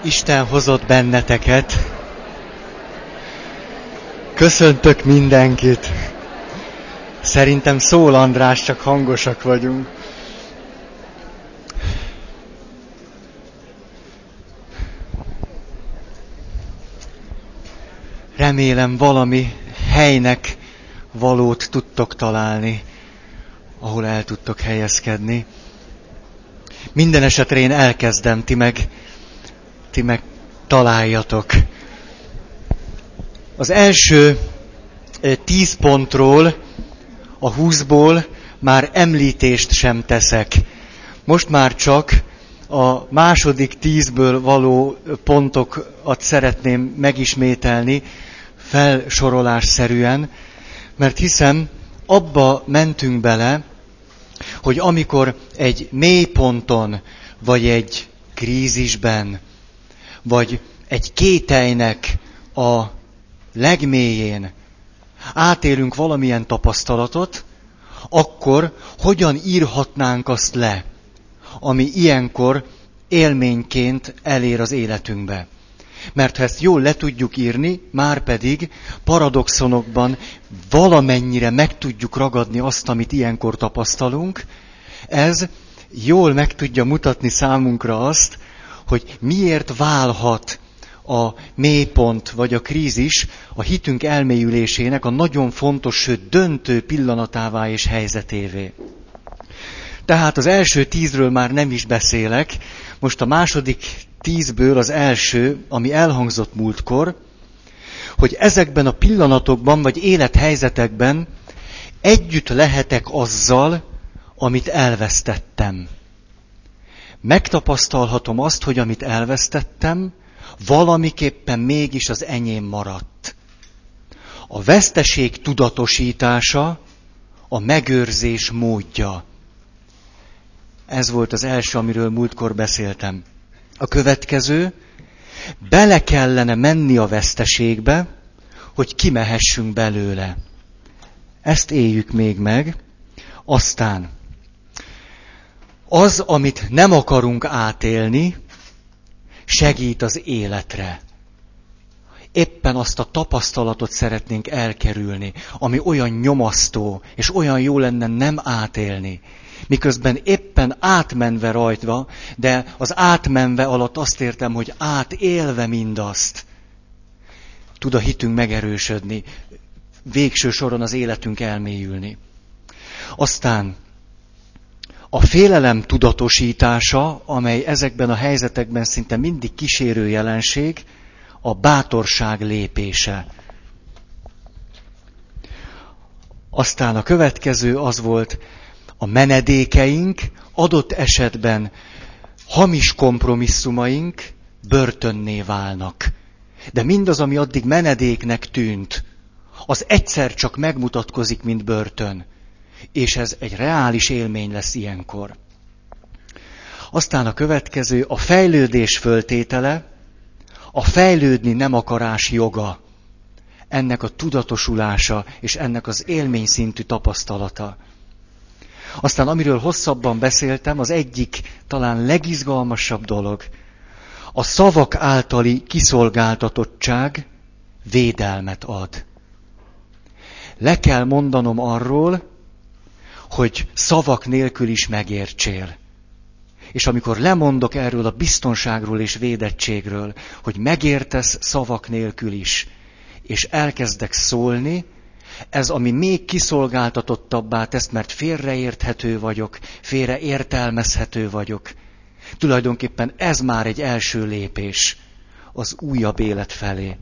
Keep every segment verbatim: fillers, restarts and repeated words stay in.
Isten hozott benneteket. Köszöntök mindenkit. Szerintem szól András, csak hangosak vagyunk. Remélem valami helynek valót tudtok találni, ahol el tudtok helyezkedni. Minden esetre én elkezdem, ti meg, ti meg találjatok. Az első tíz pontról, a húszból már említést sem teszek. Most már csak a második tízből való pontokat szeretném megismételni, felsorolásszerűen, mert hiszem, abba mentünk bele, hogy amikor egy mélyponton, vagy egy krízisben, vagy egy kételynek a legmélyén átélünk valamilyen tapasztalatot, akkor hogyan írhatnánk azt le, ami ilyenkor élményként elér az életünkbe. Mert ha ezt jól le tudjuk írni, már pedig paradoxonokban valamennyire meg tudjuk ragadni azt, amit ilyenkor tapasztalunk, ez jól meg tudja mutatni számunkra azt, hogy miért válhat a mélypont vagy a krízis a hitünk elmélyülésének a nagyon fontos, sőt döntő pillanatává és helyzetévé. Tehát az első tízről már nem is beszélek, most a második tízből az első, ami elhangzott múltkor, hogy ezekben a pillanatokban vagy élethelyzetekben együtt lehetek azzal, amit elvesztettem. Megtapasztalhatom azt, hogy amit elvesztettem, valamiképpen mégis az enyém maradt. A veszteség tudatosítása a megőrzés módja. Ez volt az első, amiről múltkor beszéltem. A következő, bele kellene menni a veszteségbe, hogy kimehessünk belőle. Ezt éljük még meg. Aztán az, amit nem akarunk átélni, segít az életre. Éppen azt a tapasztalatot szeretnénk elkerülni, ami olyan nyomasztó, és olyan jó lenne nem átélni. Miközben éppen átmenve rajta, de az átmenve alatt azt értem, hogy átélve mindazt, tud a hitünk megerősödni, végső soron az életünk elmélyülni. Aztán a félelem tudatosítása, amely ezekben a helyzetekben szinte mindig kísérő jelenség, a bátorság lépése. Aztán a következő az volt, a menedékeink, adott esetben hamis kompromisszumaink börtönné válnak. De mindaz, ami addig menedéknek tűnt, az egyszer csak megmutatkozik, mint börtön. És ez egy reális élmény lesz ilyenkor. Aztán a következő, a fejlődés föltétele, a fejlődni nem akarás joga. Ennek a tudatosulása és ennek az élményszintű tapasztalata. Aztán amiről hosszabban beszéltem, az egyik talán legizgalmasabb dolog, a szavak általi kiszolgáltatottság védelmet ad. Le kell mondanom arról, hogy szavak nélkül is megértsél. És amikor lemondok erről a biztonságról és védettségről, hogy megértesz szavak nélkül is, és elkezdek szólni, ez, ami még kiszolgáltatottabbá tesz, mert félreérthető vagyok, félreértelmezhető vagyok. Tulajdonképpen ez már egy első lépés az újabb élet felé.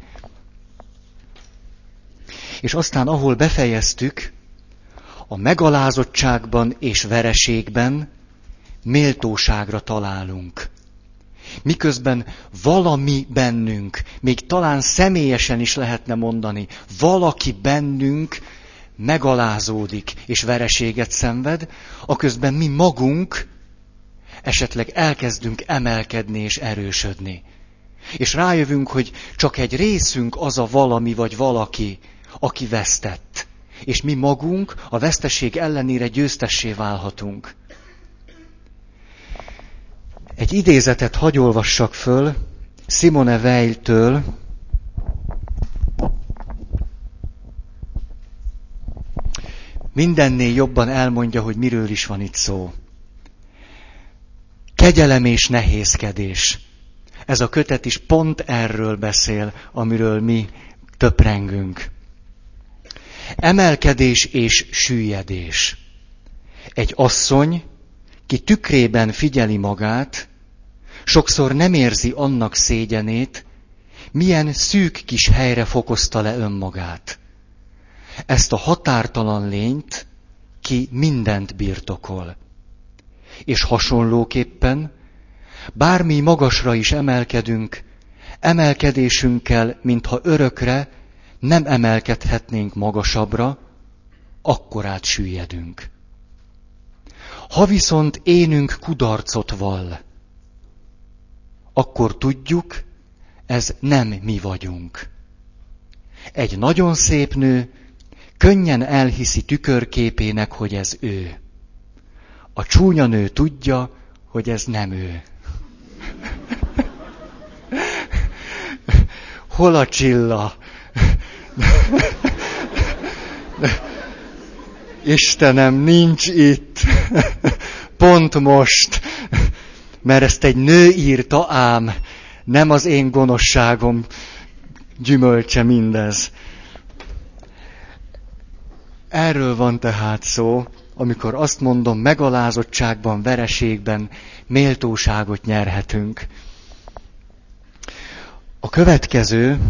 És aztán, ahol befejeztük, a megalázottságban és vereségben méltóságra találunk. Miközben valami bennünk, még talán személyesen is lehetne mondani, valaki bennünk megalázódik és vereséget szenved, aközben mi magunk esetleg elkezdünk emelkedni és erősödni. És rájövünk, hogy csak egy részünk az a valami vagy valaki, aki vesztett. És mi magunk a veszteség ellenére győztessé válhatunk. Egy idézetet hagy olvassak föl Simone Weil-től mindennél jobban elmondja, hogy miről is van itt szó. Kegyelem és nehézkedés. Ez a kötet is pont erről beszél, amiről mi töprengünk. Emelkedés és süllyedés. Egy asszony, ki tükrében figyeli magát, sokszor nem érzi annak szégyenét, milyen szűk kis helyre fokozta le önmagát. Ezt a határtalan lényt, ki mindent birtokol. És hasonlóképpen, bármi magasra is emelkedünk, emelkedésünkkel, mintha örökre nem emelkedhetnénk magasabbra, akkorát süllyedünk. Ha viszont énünk kudarcot vall, akkor tudjuk, ez nem mi vagyunk. Egy nagyon szép nő könnyen elhiszi tükörképének, hogy ez ő. A csúnya nő tudja, hogy ez nem ő. Hol a Csilla? Istenem, nincs itt. Pont most. Mert ezt egy nő írta, ám nem az én gonoszságom gyümölcse mindez. Erről van tehát szó, amikor azt mondom, megalázottságban, vereségben méltóságot nyerhetünk. A következő,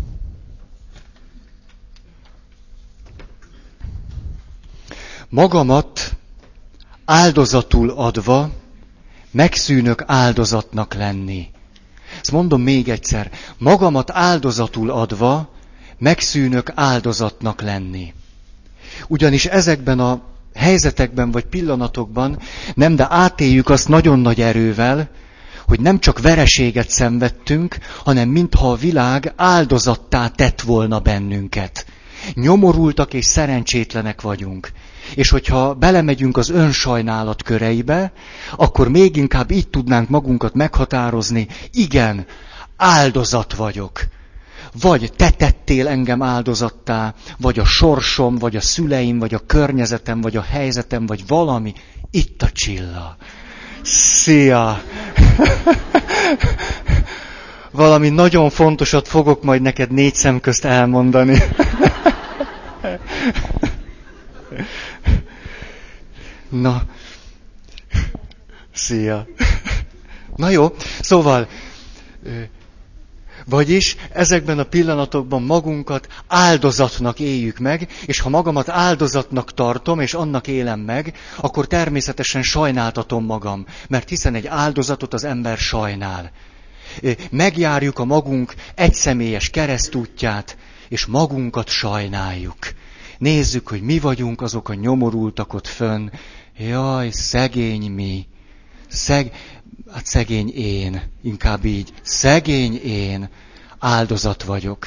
magamat áldozatul adva megszűnök áldozatnak lenni. Ezt mondom még egyszer, magamat áldozatul adva megszűnök áldozatnak lenni. Ugyanis ezekben a helyzetekben vagy pillanatokban nem, de átéljük azt nagyon nagy erővel, hogy nem csak vereséget szenvedtünk, hanem mintha a világ áldozattá tett volna bennünket. Nyomorultak és szerencsétlenek vagyunk. És hogyha belemegyünk az önsajnálat köreibe, akkor még inkább így tudnánk magunkat meghatározni, igen, áldozat vagyok. Vagy te tettél engem áldozattá, vagy a sorsom, vagy a szüleim, vagy a környezetem, vagy a helyzetem, vagy valami. Itt a Csilla. Szia! Valami nagyon fontosat fogok majd neked négy szem közt elmondani. Na, szia! Na jó, szóval, vagyis ezekben a pillanatokban magunkat áldozatnak éljük meg, és ha magamat áldozatnak tartom, és annak élem meg, akkor természetesen sajnáltatom magam, mert hiszen egy áldozatot az ember sajnál. Megjárjuk a magunk egyszemélyes keresztútját, és magunkat sajnáljuk. Nézzük, hogy mi vagyunk azok a nyomorultak ott fönn. Jaj, szegény mi. Szeg... Hát szegény én. Inkább így. Szegény én. Áldozat vagyok.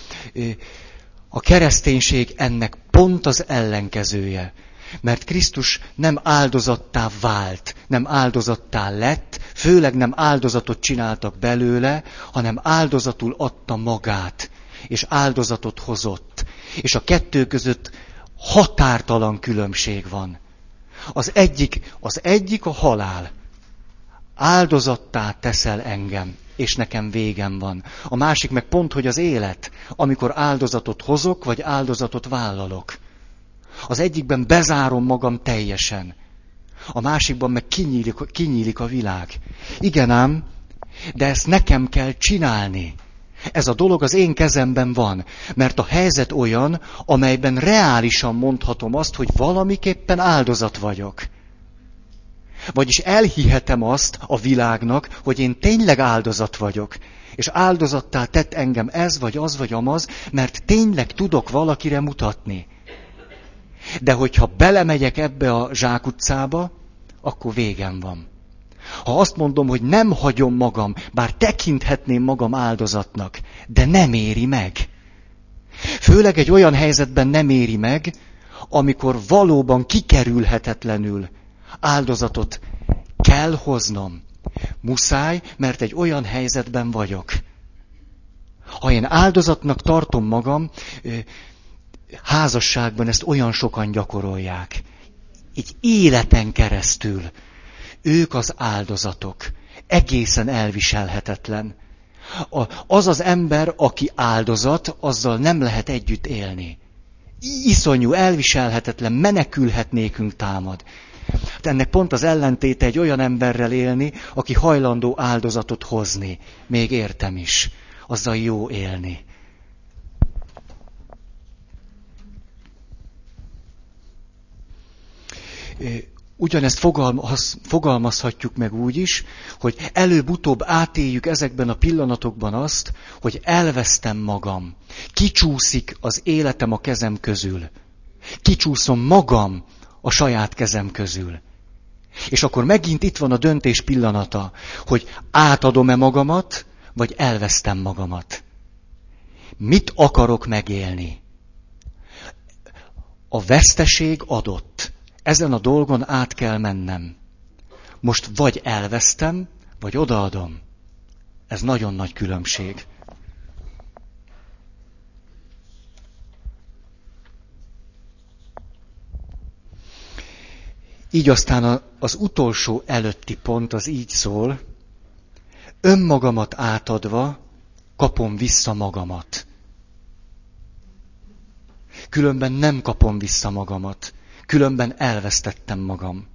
A kereszténység ennek pont az ellenkezője. Mert Krisztus nem áldozattá vált, nem áldozattá lett, főleg nem áldozatot csináltak belőle, hanem áldozatul adta magát, és áldozatot hozott. És a kettő között határtalan különbség van. Az egyik, az egyik a halál. Áldozattá teszel engem, és nekem végem van. A másik meg pont, hogy az élet, amikor áldozatot hozok, vagy áldozatot vállalok. Az egyikben bezárom magam teljesen. A másikban meg kinyílik, kinyílik a világ. Igen ám, de ezt nekem kell csinálni. Ez a dolog az én kezemben van, mert a helyzet olyan, amelyben reálisan mondhatom azt, hogy valamiképpen áldozat vagyok. Vagyis elhihetem azt a világnak, hogy én tényleg áldozat vagyok, és áldozattá tett engem ez, vagy az, vagy amaz, mert tényleg tudok valakire mutatni. De hogyha belemegyek ebbe a zsákutcába, akkor végem van. Ha azt mondom, hogy nem hagyom magam, bár tekinthetném magam áldozatnak, de nem éri meg. Főleg egy olyan helyzetben nem éri meg, amikor valóban kikerülhetetlenül áldozatot kell hoznom. Muszáj, mert egy olyan helyzetben vagyok. Ha én áldozatnak tartom magam, házasságban ezt olyan sokan gyakorolják. Egy életen keresztül. Ők az áldozatok. Egészen elviselhetetlen. Az az ember, aki áldozat, azzal nem lehet együtt élni. Iszonyú, elviselhetetlen, menekülhetnékünk támad. Ennek pont az ellentéte egy olyan emberrel élni, aki hajlandó áldozatot hozni. Még értem is. Azzal jó élni. Ugyanezt fogalmaz, fogalmazhatjuk meg úgy is, hogy előbb-utóbb átéljük ezekben a pillanatokban azt, hogy elvesztem magam. Kicsúszik az életem a kezem közül. Kicsúszom magam a saját kezem közül. És akkor megint itt van a döntés pillanata, hogy átadom-e magamat, vagy elvesztem magamat. Mit akarok megélni? A veszteség adott. Ezen a dolgon át kell mennem. Most vagy elvesztem, vagy odaadom. Ez nagyon nagy különbség. Így aztán az utolsó előtti pont az így szól, önmagamat átadva kapom vissza magamat. Különben nem kapom vissza magamat. Különben elvesztettem magam.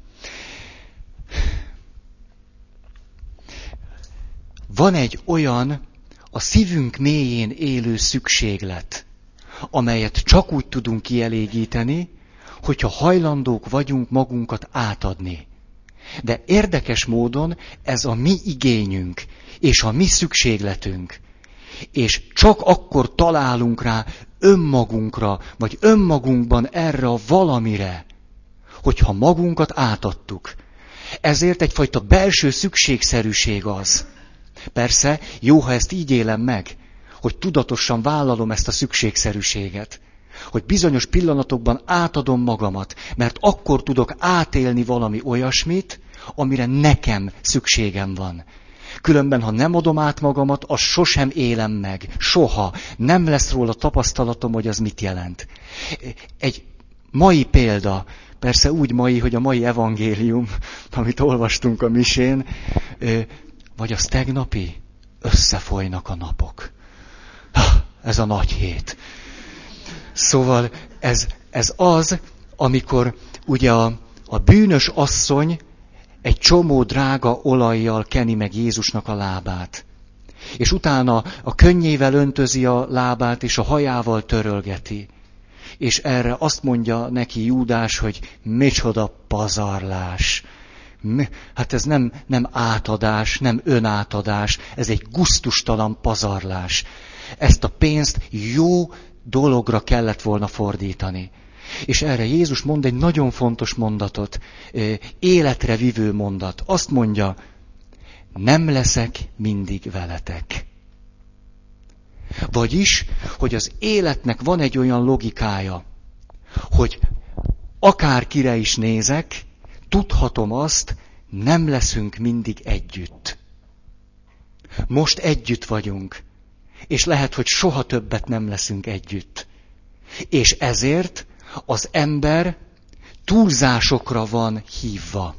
Van egy olyan a szívünk mélyén élő szükséglet, amelyet csak úgy tudunk kielégíteni, hogyha hajlandók vagyunk magunkat átadni. De érdekes módon ez a mi igényünk, és a mi szükségletünk. És csak akkor találunk rá önmagunkra, vagy önmagunkban erre a valamire, hogyha magunkat átadtuk. Ezért egyfajta belső szükségszerűség az. Persze, jó, ha ezt így élem meg, hogy tudatosan vállalom ezt a szükségszerűséget. Hogy bizonyos pillanatokban átadom magamat, mert akkor tudok átélni valami olyasmit, amire nekem szükségem van. Különben, ha nem adom át magamat, azt sosem élem meg. Soha. Nem lesz róla tapasztalatom, hogy az mit jelent. Egy mai példa, persze úgy mai, hogy a mai evangélium, amit olvastunk a misén, vagy az tegnapi, összefolynak a napok. Ez a nagy hét. Szóval ez, ez az, amikor ugye a, a bűnös asszony egy csomó drága olajjal keni meg Jézusnak a lábát. És utána a könnyével öntözi a lábát, és a hajával törölgeti. És erre azt mondja neki Júdás, hogy micsoda pazarlás. Hát ez nem, nem átadás, nem önátadás, ez egy gusztustalan pazarlás. Ezt a pénzt jó dologra kellett volna fordítani. És erre Jézus mond egy nagyon fontos mondatot, életre vivő mondat. Azt mondja, nem leszek mindig veletek. Vagyis, hogy az életnek van egy olyan logikája, hogy akárkire is nézek, tudhatom azt, nem leszünk mindig együtt. Most együtt vagyunk, és lehet, hogy soha többet nem leszünk együtt. És ezért az ember túlzásokra van hívva.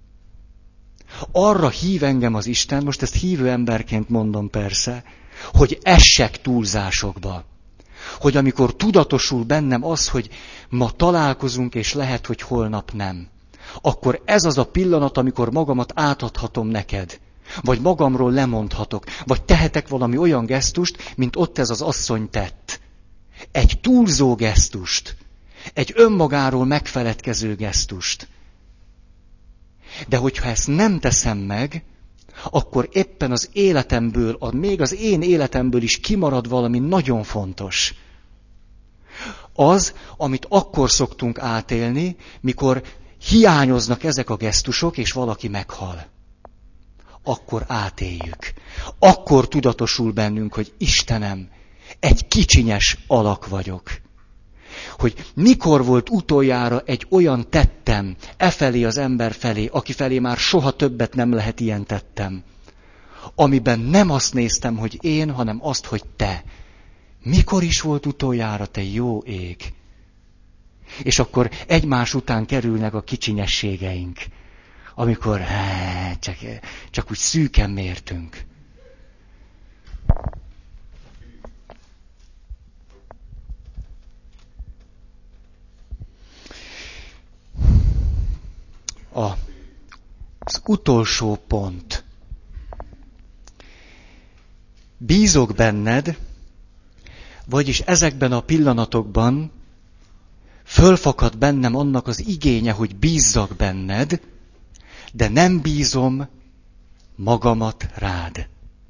Arra hív engem az Isten, most ezt hívő emberként mondom persze, hogy essek túlzásokba. Hogy amikor tudatosul bennem az, hogy ma találkozunk, és lehet, hogy holnap nem, akkor ez az a pillanat, amikor magamat átadhatom neked. Vagy magamról lemondhatok. Vagy tehetek valami olyan gesztust, mint ott ez az asszony tett. Egy túlzó gesztust. Egy önmagáról megfeledkező gesztust. De hogyha ezt nem teszem meg, akkor éppen az életemből, a, még az én életemből is kimarad valami nagyon fontos. Az, amit akkor szoktunk átélni, mikor hiányoznak ezek a gesztusok, és valaki meghal. Akkor átéljük. Akkor tudatosul bennünk, hogy Istenem, egy kicsinyes alak vagyok. hogy mikor volt utoljára egy olyan tettem e felé az ember felé, aki felé már soha többet nem lehet ilyen tettem, amiben nem azt néztem, hogy én, hanem azt, hogy te. Mikor is volt utoljára, te jó ég? És akkor egymás után kerülnek a kicsinyességeink, amikor há, csak, csak úgy szűken mértünk. A, az utolsó pont. Bízok benned, vagyis ezekben a pillanatokban fölfakad bennem annak az igénye, hogy bízzak benned, de nem bízom magamat rád.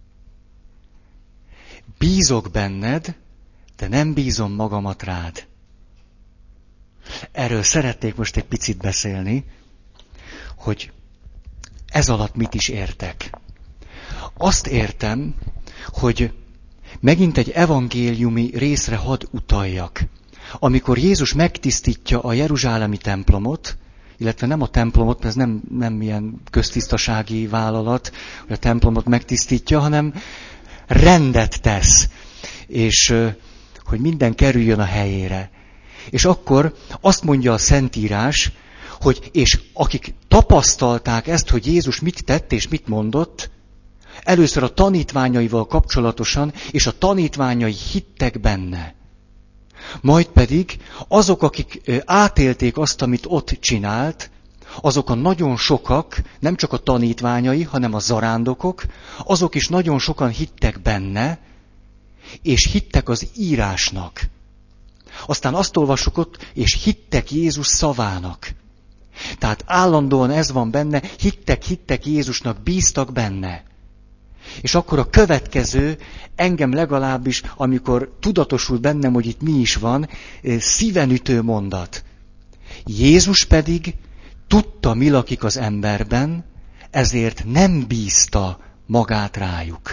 Bízok benned, de nem bízom magamat rád. Erről szeretnék most egy picit beszélni, hogy ez alatt mit is értek. Azt értem, hogy megint egy evangéliumi részre hadd utaljak. Amikor Jézus megtisztítja a jeruzsálemi templomot, illetve nem a templomot, ez nem, nem ilyen köztisztasági vállalat, hogy a templomot megtisztítja, hanem rendet tesz, és hogy minden kerüljön a helyére. És akkor azt mondja a Szentírás, hogy és akik tapasztalták ezt, hogy Jézus mit tett és mit mondott, először a tanítványaival kapcsolatosan, és a tanítványai hittek benne. Majd pedig azok, akik átélték azt, amit ott csinált, azok a nagyon sokak, nem csak a tanítványai, hanem a zarándokok, azok is nagyon sokan hittek benne, és hittek az írásnak. Aztán azt olvassuk ott, és hittek Jézus szavának. Tehát állandóan ez van benne, hittek, hittek Jézusnak, bíztak benne. És akkor a következő, engem legalábbis, amikor tudatosul bennem, hogy itt mi is van, szívenütő mondat. Jézus pedig tudta, mi lakik az emberben, ezért nem bízta magát rájuk.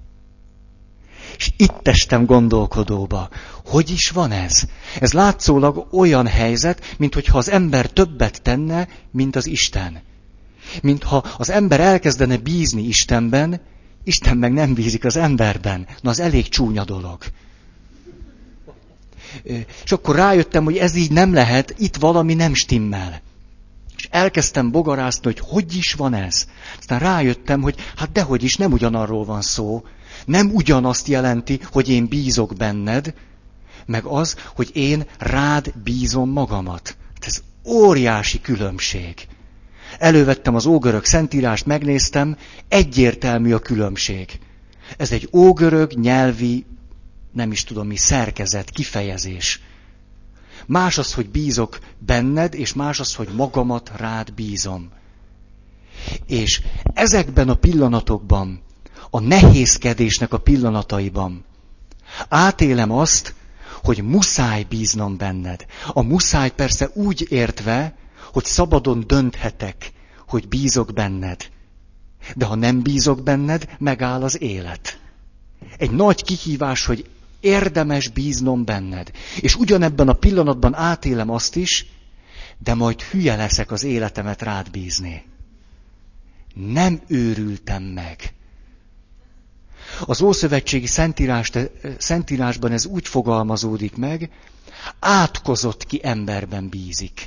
És itt estem gondolkodóba. Hogy is van ez? Ez látszólag olyan helyzet, minthogyha az ember többet tenne, mint az Isten. Mintha az ember elkezdene bízni Istenben, Isten meg nem bízik az emberben. Na, az elég csúnya dolog. És akkor rájöttem, hogy ez így nem lehet, itt valami nem stimmel. És elkezdtem bogarászni, hogy hogy is van ez. Aztán rájöttem, hogy hát dehogy is, nem ugyanarról van szó. Nem ugyanazt jelenti, hogy én bízok benned, meg az, hogy én rád bízom magamat. Ez óriási különbség. Elővettem az ógörög szentírást, megnéztem, egyértelmű a különbség. Ez egy ógörög nyelvi, nem is tudom mi, szerkezet, kifejezés. Más az, hogy bízok benned, és más az, hogy magamat rád bízom. És ezekben a pillanatokban, a nehézkedésnek a pillanataiban átélem azt, hogy muszáj bíznom benned. A muszáj persze úgy értve, hogy szabadon dönthetek, hogy bízok benned. De ha nem bízok benned, megáll az élet. Egy nagy kihívás, hogy érdemes bíznom benned. És ugyanebben a pillanatban átélem azt is, de majd hülye leszek az életemet rád bízni. Nem őrültem meg. Az Ószövetségi Szentírás, Szentírásban ez úgy fogalmazódik meg, átkozott ki emberben bízik.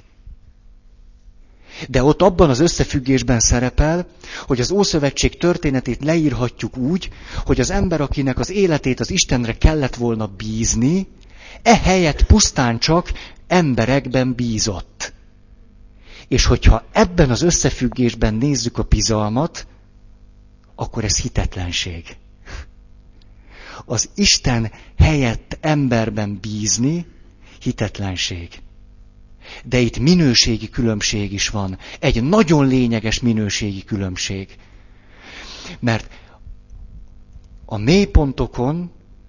De ott abban az összefüggésben szerepel, hogy az Ószövetség történetét leírhatjuk úgy, hogy az ember, akinek az életét az Istenre kellett volna bízni, ehelyett pusztán csak emberekben bízott. És hogyha ebben az összefüggésben nézzük a bizalmat, akkor ez hitetlenség. Az Isten helyett emberben bízni hitetlenség. De itt minőségi különbség is van. Egy nagyon lényeges minőségi különbség. Mert a mélypontokon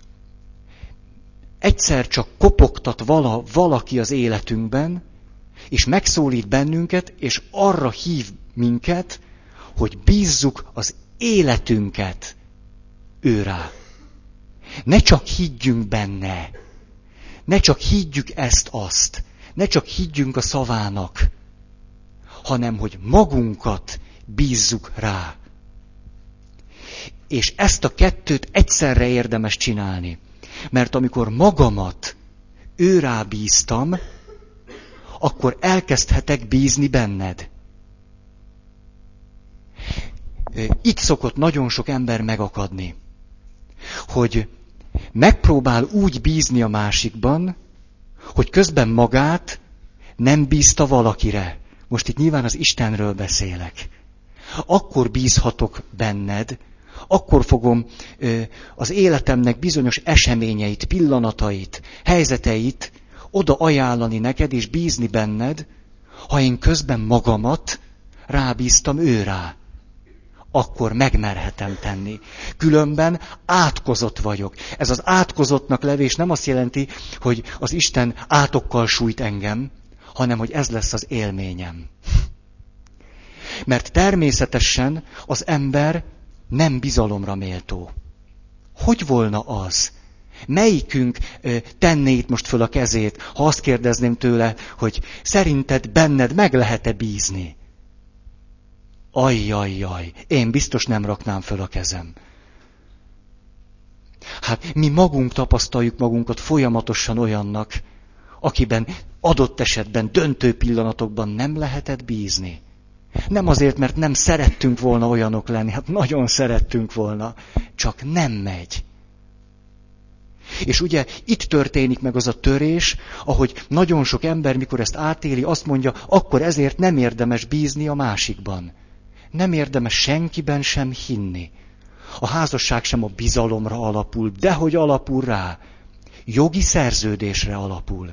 egyszer csak kopogtat vala, valaki az életünkben, és megszólít bennünket, és arra hív minket, hogy bízzuk az életünket ő rá. Ne csak higgyünk benne, ne csak higgyük ezt-azt, ne csak higgyünk a szavának, hanem hogy magunkat bízzuk rá. És ezt a kettőt egyszerre érdemes csinálni. Mert amikor magamat őrá bíztam, akkor elkezdhetek bízni benned. Itt szokott nagyon sok ember megakadni, hogy megpróbál úgy bízni a másikban, hogy közben magát nem bízta valakire. Most itt nyilván az Istenről beszélek. Akkor bízhatok benned, akkor fogom ö, az életemnek bizonyos eseményeit, pillanatait, helyzeteit oda ajánlani neked, és bízni benned, ha én közben magamat rábíztam ő rá. Akkor megmerhetem tenni. Különben átkozott vagyok. Ez az átkozottnak levés nem azt jelenti, hogy az Isten átokkal sújt engem, hanem hogy ez lesz az élményem. Mert természetesen az ember nem bizalomra méltó. Hogy volna az? Melyikünk tenné itt most föl a kezét, ha azt kérdezném tőle, hogy szerinted benned meg lehet-e bízni? Ajjajjaj, én biztos nem raknám föl a kezem. Hát mi magunk tapasztaljuk magunkat folyamatosan olyannak, akiben adott esetben, döntő pillanatokban nem lehetett bízni. Nem azért, mert nem szerettünk volna olyanok lenni, hát nagyon szerettünk volna, csak nem megy. És ugye itt történik meg az a törés, ahogy nagyon sok ember, mikor ezt átéli, azt mondja, akkor ezért nem érdemes bízni a másikban. Nem érdemes senkiben sem hinni. A házasság sem a bizalomra alapul, dehogy alapul rá. Jogi szerződésre alapul.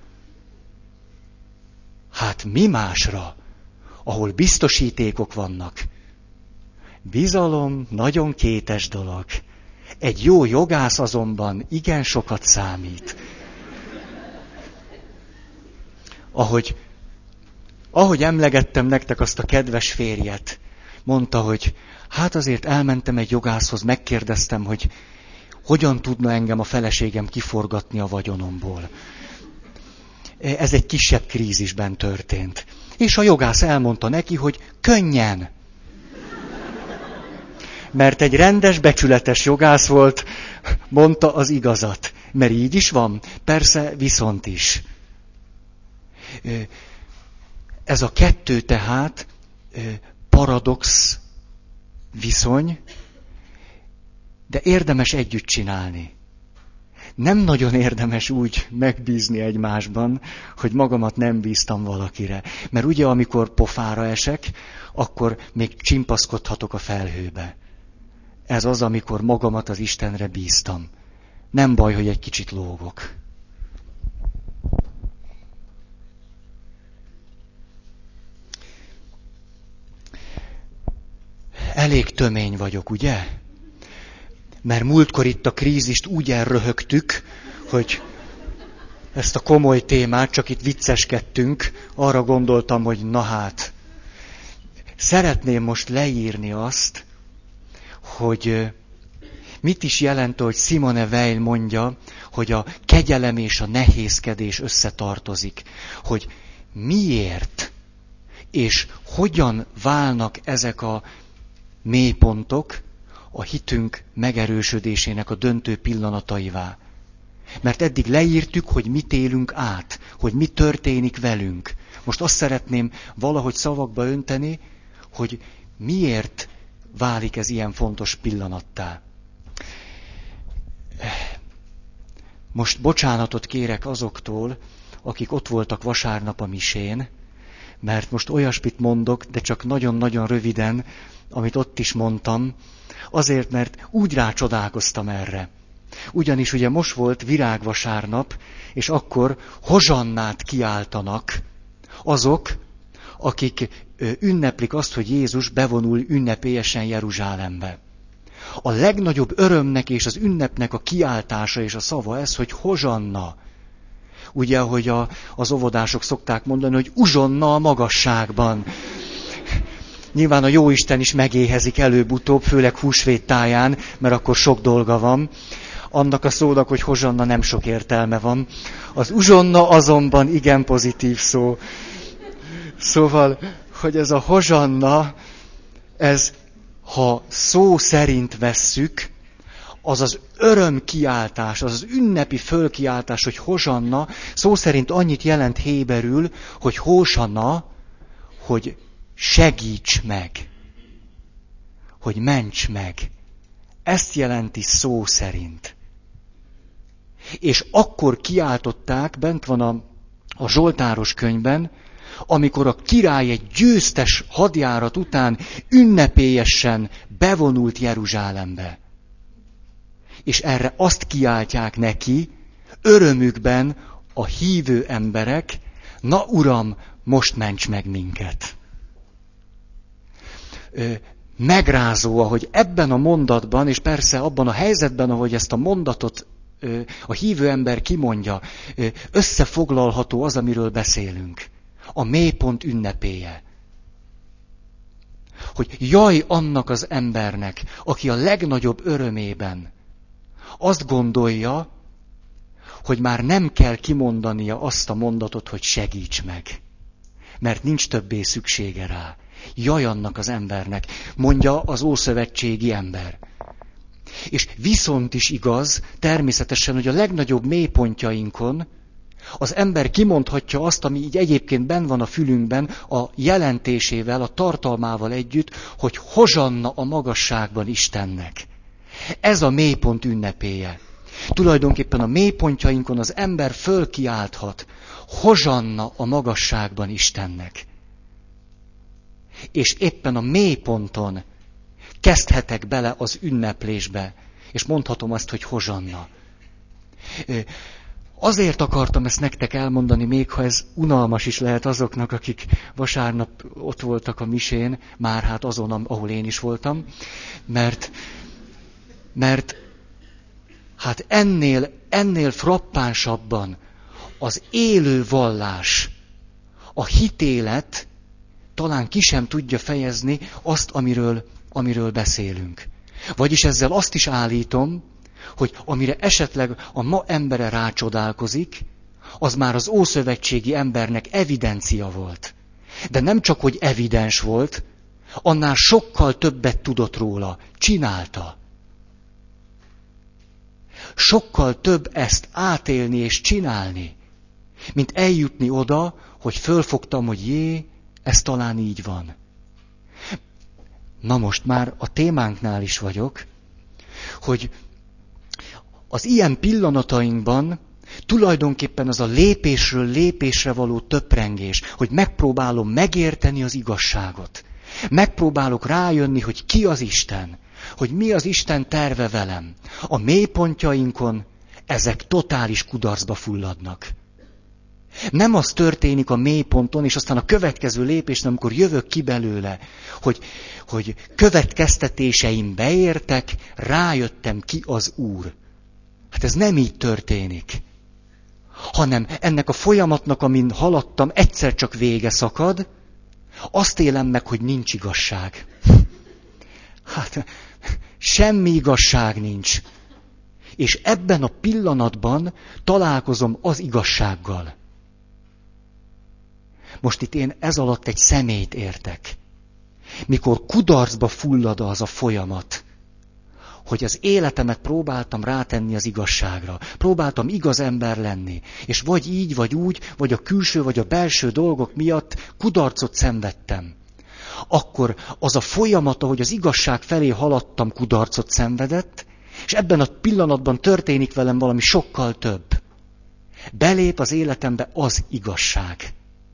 Hát mi másra, ahol biztosítékok vannak? Bizalom nagyon kétes dolog. Egy jó jogász azonban igen sokat számít. Ahogy, ahogy emlegettem nektek azt a kedves férjet, mondta, hogy hát azért elmentem egy jogászhoz, megkérdeztem, hogy hogyan tudna engem a feleségem kiforgatni a vagyonomból. Ez egy kisebb krízisben történt. És a jogász elmondta neki, hogy könnyen. Mert egy rendes, becsületes jogász volt, mondta az igazat. Mert így is van, persze viszont is. Ez a kettő tehát paradox viszony, de érdemes együtt csinálni. Nem nagyon érdemes úgy megbízni egymásban, hogy magamat nem bíztam valakire. Mert ugye, amikor pofára esek, akkor még csimpaszkodhatok a felhőbe. Ez az, amikor magamat az Istenre bíztam. Nem baj, hogy egy kicsit lógok. Elég tömény vagyok, ugye? Mert múltkor itt a krízist úgy elröhögtük, hogy ezt a komoly témát, csak itt vicceskedtünk, arra gondoltam, hogy na hát, szeretném most leírni azt, hogy mit is jelent, hogy Simone Weil mondja, hogy a kegyelem és a nehézkedés összetartozik. Hogy miért és hogyan válnak ezek a mélypontok a hitünk megerősödésének a döntő pillanataivá. Mert eddig leírtük, hogy mit élünk át, hogy mi történik velünk. Most azt szeretném valahogy szavakba önteni, hogy miért válik ez ilyen fontos pillanattá. Most bocsánatot kérek azoktól, akik ott voltak vasárnap a misén, mert most olyasmit mondok, de csak nagyon-nagyon röviden, amit ott is mondtam, azért, mert úgy rácsodálkoztam erre. Ugyanis ugye most volt virágvasárnap, és akkor hozsannát kiáltanak azok, akik ünneplik azt, hogy Jézus bevonul ünnepélyesen Jeruzsálembe. A legnagyobb örömnek és az ünnepnek a kiáltása és a szava ez, hogy hozsanna. Ugye, ahogy a, az óvodások szokták mondani, hogy uzsonna a magasságban. Nyilván a Jóisten is megéhezik előbb-utóbb, főleg húsvét táján, mert akkor sok dolga van. annak a szónak, hogy hozsanna nem sok értelme van. Az uzsonna azonban igen pozitív szó. Szóval, hogy ez a hozsanna, ez, ha szó szerint vesszük, az az örömkiáltás, az az ünnepi fölkiáltás, hogy hozsanna, szó szerint annyit jelent héberül, hogy hósanna, hogy segíts meg, hogy ments meg. Ezt jelenti szó szerint. És akkor kiáltották, bent van a, a Zsoltáros könyvben, amikor a király egy győztes hadjárat után ünnepélyesen bevonult Jeruzsálembe. És erre azt kiáltják neki, örömükben a hívő emberek, na Uram, most ments meg minket. Megrázó, ahogy ebben a mondatban, és persze abban a helyzetben, ahogy ezt a mondatot a hívő ember kimondja, összefoglalható az, amiről beszélünk. A mélypont ünnepéje. Hogy jaj annak az embernek, aki a legnagyobb örömében azt gondolja, hogy már nem kell kimondania azt a mondatot, hogy segíts meg. Mert nincs többé szüksége rá. Jaj annak az embernek, mondja az ószövetségi ember. És viszont is igaz, természetesen, hogy a legnagyobb mélypontjainkon az ember kimondhatja azt, ami így egyébként benn van a fülünkben, a jelentésével, a tartalmával együtt, hogy hozsanna a magasságban Istennek. Ez a mélypont ünnepéje. Tulajdonképpen a mélypontjainkon az ember fölkiálthat, hozsanna a magasságban Istennek. És éppen a mélyponton kezdhetek bele az ünneplésbe, és mondhatom azt, hogy hozsanna. Azért akartam ezt nektek elmondani, még ha ez unalmas is lehet azoknak, akik vasárnap ott voltak a misén, már hát azon, ahol én is voltam, mert, mert hát ennél, ennél frappánsabban az élő vallás, a hitélet talán ki sem tudja fejezni azt, amiről, amiről beszélünk. Vagyis ezzel azt is állítom, hogy amire esetleg a ma embere rácsodálkozik, az már az ószövetségi embernek evidencia volt. De nem csak, hogy evidens volt, annál sokkal többet tudott róla, csinálta. Sokkal több ezt átélni és csinálni, mint eljutni oda, hogy fölfogtam, hogy jé, ez talán így van. Na most már a témánknál is vagyok, hogy az ilyen pillanatainkban tulajdonképpen az a lépésről lépésre való töprengés, hogy megpróbálom megérteni az igazságot. Megpróbálok rájönni, hogy ki az Isten, hogy mi az Isten terve velem. A mélypontjainkon ezek totális kudarcba fulladnak. Nem az történik a mélyponton, és aztán a következő lépésnél, amikor jövök ki belőle, hogy, hogy következtetéseim beértek, rájöttem, ki az Úr. Hát ez nem így történik. Hanem ennek a folyamatnak, amin haladtam, egyszer csak vége szakad, azt élem meg, hogy nincs igazság. Hát semmi igazság nincs. És ebben a pillanatban találkozom az igazsággal. Most itt én ez alatt egy személyt értek. Mikor kudarcba fullad az a folyamat, hogy az életemet próbáltam rátenni az igazságra. Próbáltam igaz ember lenni. És vagy így, vagy úgy, vagy a külső, vagy a belső dolgok miatt kudarcot szenvedtem. Akkor az a folyamat, ahogy az igazság felé haladtam, kudarcot szenvedett, és ebben a pillanatban történik velem valami sokkal több. Belép az életembe az igazság.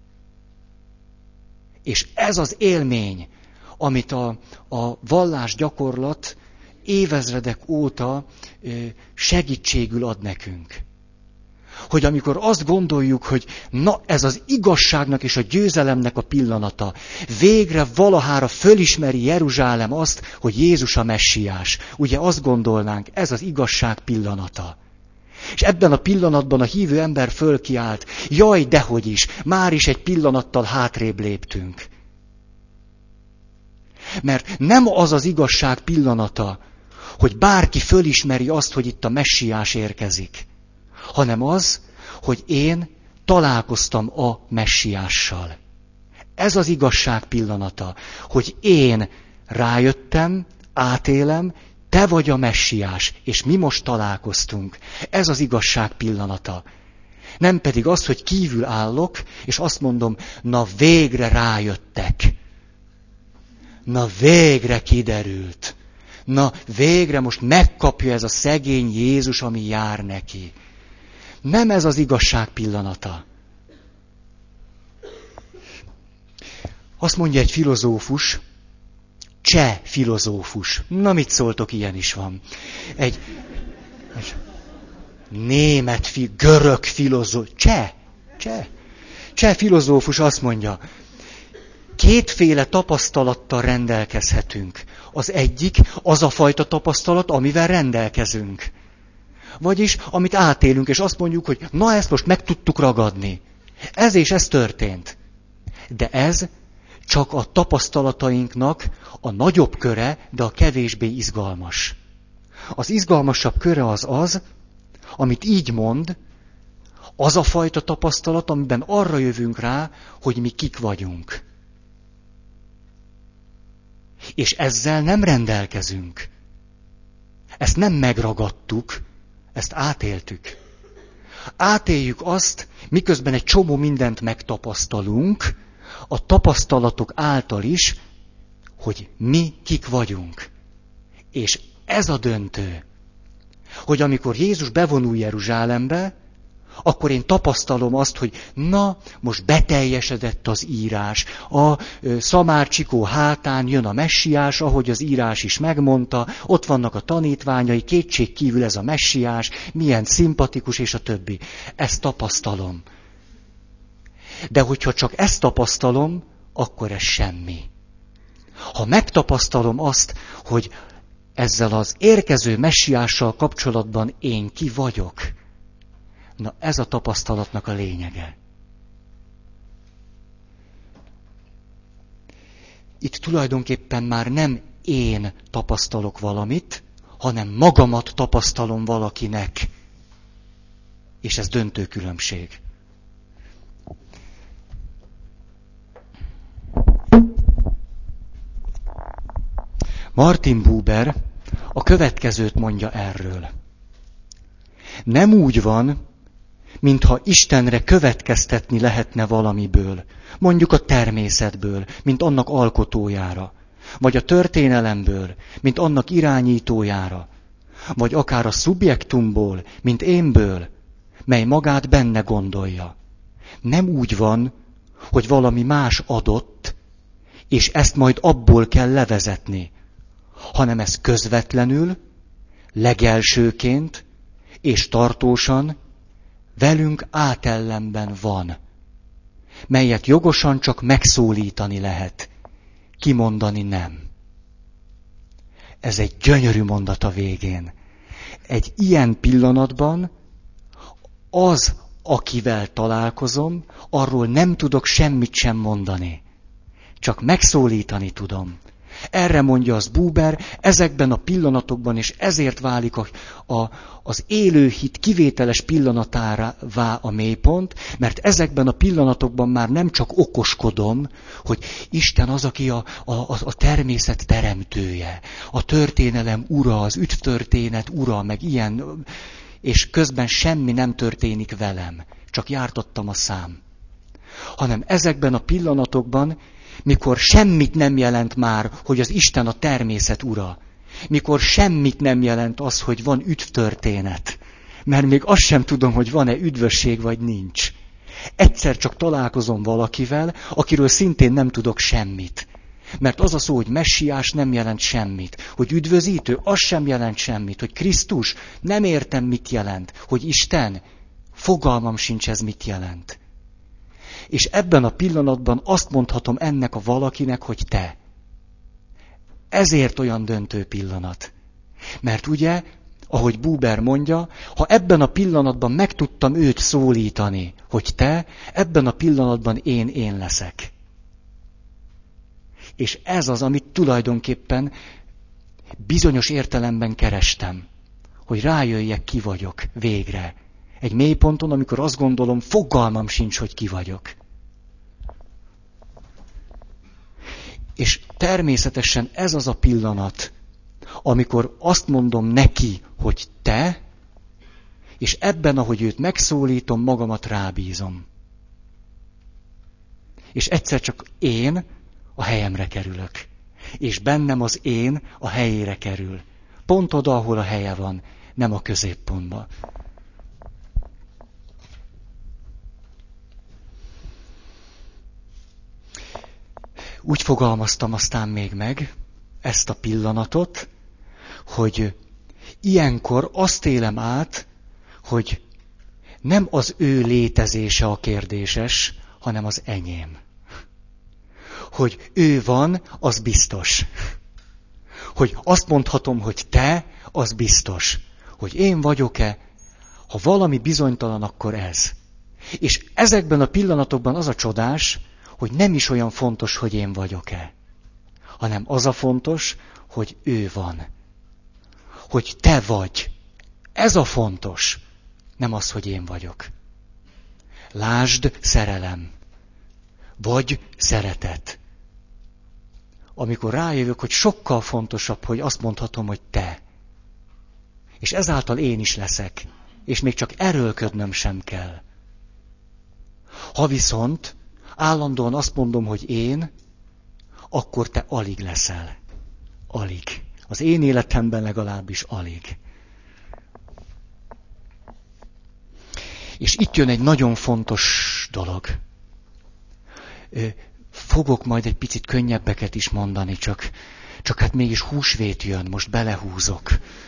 És ez az élmény, amit a, a vallásgyakorlat évezredek óta segítségül ad nekünk. Hogy amikor azt gondoljuk, hogy na ez az igazságnak és a győzelemnek a pillanata, végre valahára fölismeri Jeruzsálem azt, hogy Jézus a messiás. Ugye azt gondolnánk, ez az igazság pillanata. És ebben a pillanatban a hívő ember fölkiált, jaj, dehogy is, már is egy pillanattal hátrébb léptünk. Mert nem az az igazság pillanata, hogy bárki fölismeri azt, hogy itt a messiás érkezik, hanem az, hogy én találkoztam a messiással. Ez az igazság pillanata, hogy én rájöttem, átélem, te vagy a messiás, és mi most találkoztunk. Ez az igazság pillanata. Nem pedig az, hogy kívül állok, és azt mondom, na végre rájöttek. Na végre kiderült. Na végre most megkapja ez a szegény Jézus, ami jár neki. Nem ez az igazság pillanata. Azt mondja egy filozófus, cseh filozófus. Na mit szóltok, ilyen is van. Egy, egy német, fi, görög filozófus. Cseh, cseh. Cseh filozófus azt mondja, kétféle tapasztalattal rendelkezhetünk. Az egyik az a fajta tapasztalat, amivel rendelkezünk. Vagyis, amit átélünk, és azt mondjuk, hogy na ezt most meg tudtuk ragadni. Ez és ez történt. De ez csak a tapasztalatainknak a nagyobb köre, de a kevésbé izgalmas. Az izgalmasabb köre az az, amit így mond, az a fajta tapasztalat, amiben arra jövünk rá, hogy mi kik vagyunk. És ezzel nem rendelkezünk. Ezt nem megragadtuk, ezt átéltük. Átéljük azt, miközben egy csomó mindent megtapasztalunk, a tapasztalatok által is, hogy mi kik vagyunk. És ez a döntő, hogy amikor Jézus bevonul Jeruzsálembe, akkor én tapasztalom azt, hogy na, most beteljesedett az írás. A szamárcsikó hátán jön a messiás, ahogy az írás is megmondta, ott vannak a tanítványai, kétség kívül ez a messiás, milyen szimpatikus, és a többi. Ezt tapasztalom. De hogyha csak ezt tapasztalom, akkor ez semmi. Ha megtapasztalom azt, hogy ezzel az érkező messiással kapcsolatban én ki vagyok, na ez a tapasztalatnak a lényege. Itt tulajdonképpen már nem én tapasztalok valamit, hanem magamat tapasztalom valakinek. És ez döntő különbség. Martin Buber a következőt mondja erről. Nem úgy van, mintha Istenre következtetni lehetne valamiből, mondjuk a természetből, mint annak alkotójára, vagy a történelemből, mint annak irányítójára, vagy akár a szubjektumból, mint énből, mely magát benne gondolja. Nem úgy van, hogy valami más adott, és ezt majd abból kell levezetni, hanem ez közvetlenül, legelsőként és tartósan velünk átellenben van, melyet jogosan csak megszólítani lehet, kimondani nem. Ez egy gyönyörű mondat a végén. Egy ilyen pillanatban az, akivel találkozom, arról nem tudok semmit sem mondani. Csak megszólítani tudom. Erre mondja az Buber, ezekben a pillanatokban, és ezért válik a, a, az élő hit kivételes pillanatává a mélypont, mert ezekben a pillanatokban már nem csak okoskodom, hogy Isten az, aki a, a, a természet teremtője, a történelem ura, az üdvtörténet ura, meg ilyen, és közben semmi nem történik velem, csak jártattam a szám. Hanem ezekben a pillanatokban, mikor semmit nem jelent már, hogy az Isten a természet ura. Mikor semmit nem jelent az, hogy van üdvtörténet. Mert még azt sem tudom, hogy van-e üdvösség, vagy nincs. Egyszer csak találkozom valakivel, akiről szintén nem tudok semmit. Mert az a szó, hogy messiás nem jelent semmit. Hogy üdvözítő, az sem jelent semmit. Hogy Krisztus, nem értem, mit jelent. Hogy Isten, fogalmam sincs, ez mit jelent. És ebben a pillanatban azt mondhatom ennek a valakinek, hogy te. Ezért olyan döntő pillanat. Mert ugye, ahogy Buber mondja, ha ebben a pillanatban meg tudtam őt szólítani, hogy te, ebben a pillanatban én én leszek. És ez az, amit tulajdonképpen bizonyos értelemben kerestem, hogy rájöjjek, ki vagyok végre. Egy mélyponton, amikor azt gondolom, fogalmam sincs, hogy ki vagyok. És természetesen ez az a pillanat, amikor azt mondom neki, hogy te, és ebben, ahogy őt megszólítom, magamat rábízom. És egyszer csak én a helyemre kerülök. És bennem az én a helyére kerül. Pont oda, ahol a helye van, nem a középpontba. Úgy fogalmaztam aztán még meg ezt a pillanatot, hogy ilyenkor azt élem át, hogy nem az ő létezése a kérdéses, hanem az enyém. Hogy ő van, az biztos. Hogy azt mondhatom, hogy te, az biztos. Hogy én vagyok-e, ha valami bizonytalan, akkor ez. És ezekben a pillanatokban az a csodás, hogy nem is olyan fontos, hogy én vagyok-e, hanem az a fontos, hogy ő van. Hogy te vagy. Ez a fontos, nem az, hogy én vagyok. Lásd, szerelem. Vagy szeretet. Amikor rájövök, hogy sokkal fontosabb, hogy azt mondhatom, hogy te. És ezáltal én is leszek. És még csak erőlködnöm sem kell. Ha viszont állandóan azt mondom, hogy én, akkor te alig leszel. Alig. Az én életemben legalábbis alig. És itt jön egy nagyon fontos dolog. Fogok majd egy picit könnyebbeket is mondani, csak, csak hát mégis húsvét jön, most belehúzok.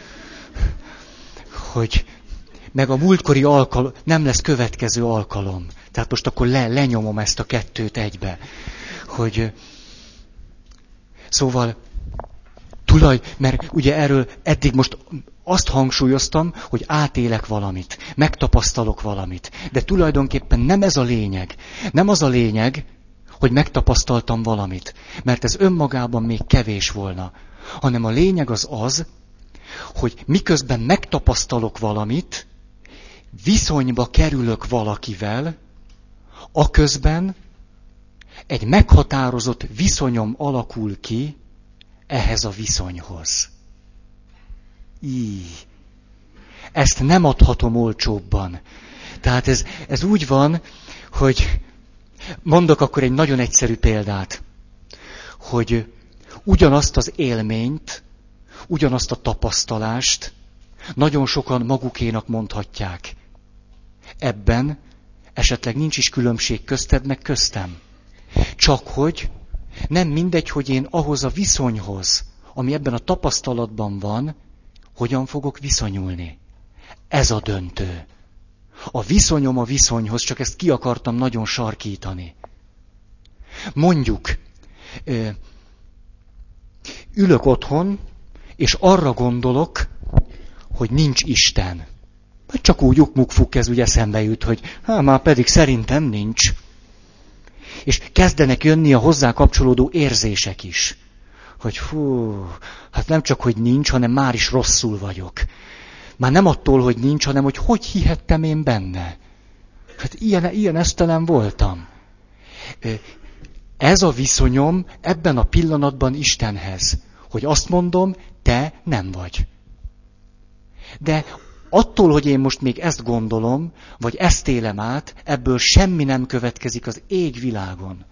Hogy meg a múltkori alkalom, nem lesz következő alkalom. Tehát most akkor le, lenyomom ezt a kettőt egybe. Hogy szóval tulaj, mert ugye erről eddig most azt hangsúlyoztam, hogy átélek valamit, megtapasztalok valamit. De tulajdonképpen nem ez a lényeg. Nem az a lényeg, hogy megtapasztaltam valamit, mert ez önmagában még kevés volna. Hanem a lényeg az az, hogy miközben megtapasztalok valamit, viszonyba kerülök valakivel, aközben egy meghatározott viszonyom alakul ki ehhez a viszonyhoz. Így. Ezt nem adhatom olcsóbban. Tehát ez, ez úgy van, hogy mondok akkor egy nagyon egyszerű példát, hogy ugyanazt az élményt, ugyanazt a tapasztalást nagyon sokan magukénak mondhatják. Ebben esetleg nincs is különbség közted meg köztem. Csak hogy nem mindegy, hogy én ahhoz a viszonyhoz, ami ebben a tapasztalatban van, hogyan fogok viszonyulni. Ez a döntő. A viszonyom a viszonyhoz, csak ezt ki akartam nagyon sarkítani. Mondjuk, ülök otthon, és arra gondolok, hogy nincs Isten. Csak úgy ukmukfuk ez ugye eszembe jut, hogy hát már pedig szerintem nincs. És kezdenek jönni a hozzá kapcsolódó érzések is. Hogy fú, hát nem csak, hogy nincs, hanem már is rosszul vagyok. Már nem attól, hogy nincs, hanem hogy hogy hihettem én benne. Hát ilyen, ilyen esztelen voltam. Ez a viszonyom ebben a pillanatban Istenhez. Hogy azt mondom, te nem vagy. De attól, hogy én most még ezt gondolom, vagy ezt élem át, ebből semmi nem következik az égvilágon.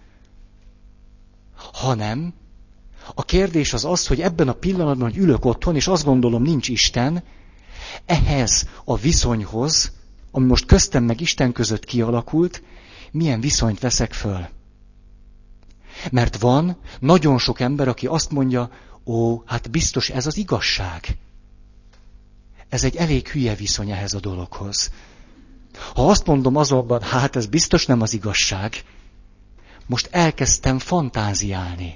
Hanem a kérdés az az, hogy ebben a pillanatban, hogy ülök otthon, és azt gondolom, nincs Isten, ehhez a viszonyhoz, ami most köztem meg Isten között kialakult, milyen viszonyt veszek föl. Mert van nagyon sok ember, aki azt mondja, ó, hát biztos ez az igazság. Ez egy elég hülye viszony ehhez a dologhoz. Ha azt mondom azonban, hát ez biztos nem az igazság, most elkezdtem fantáziálni.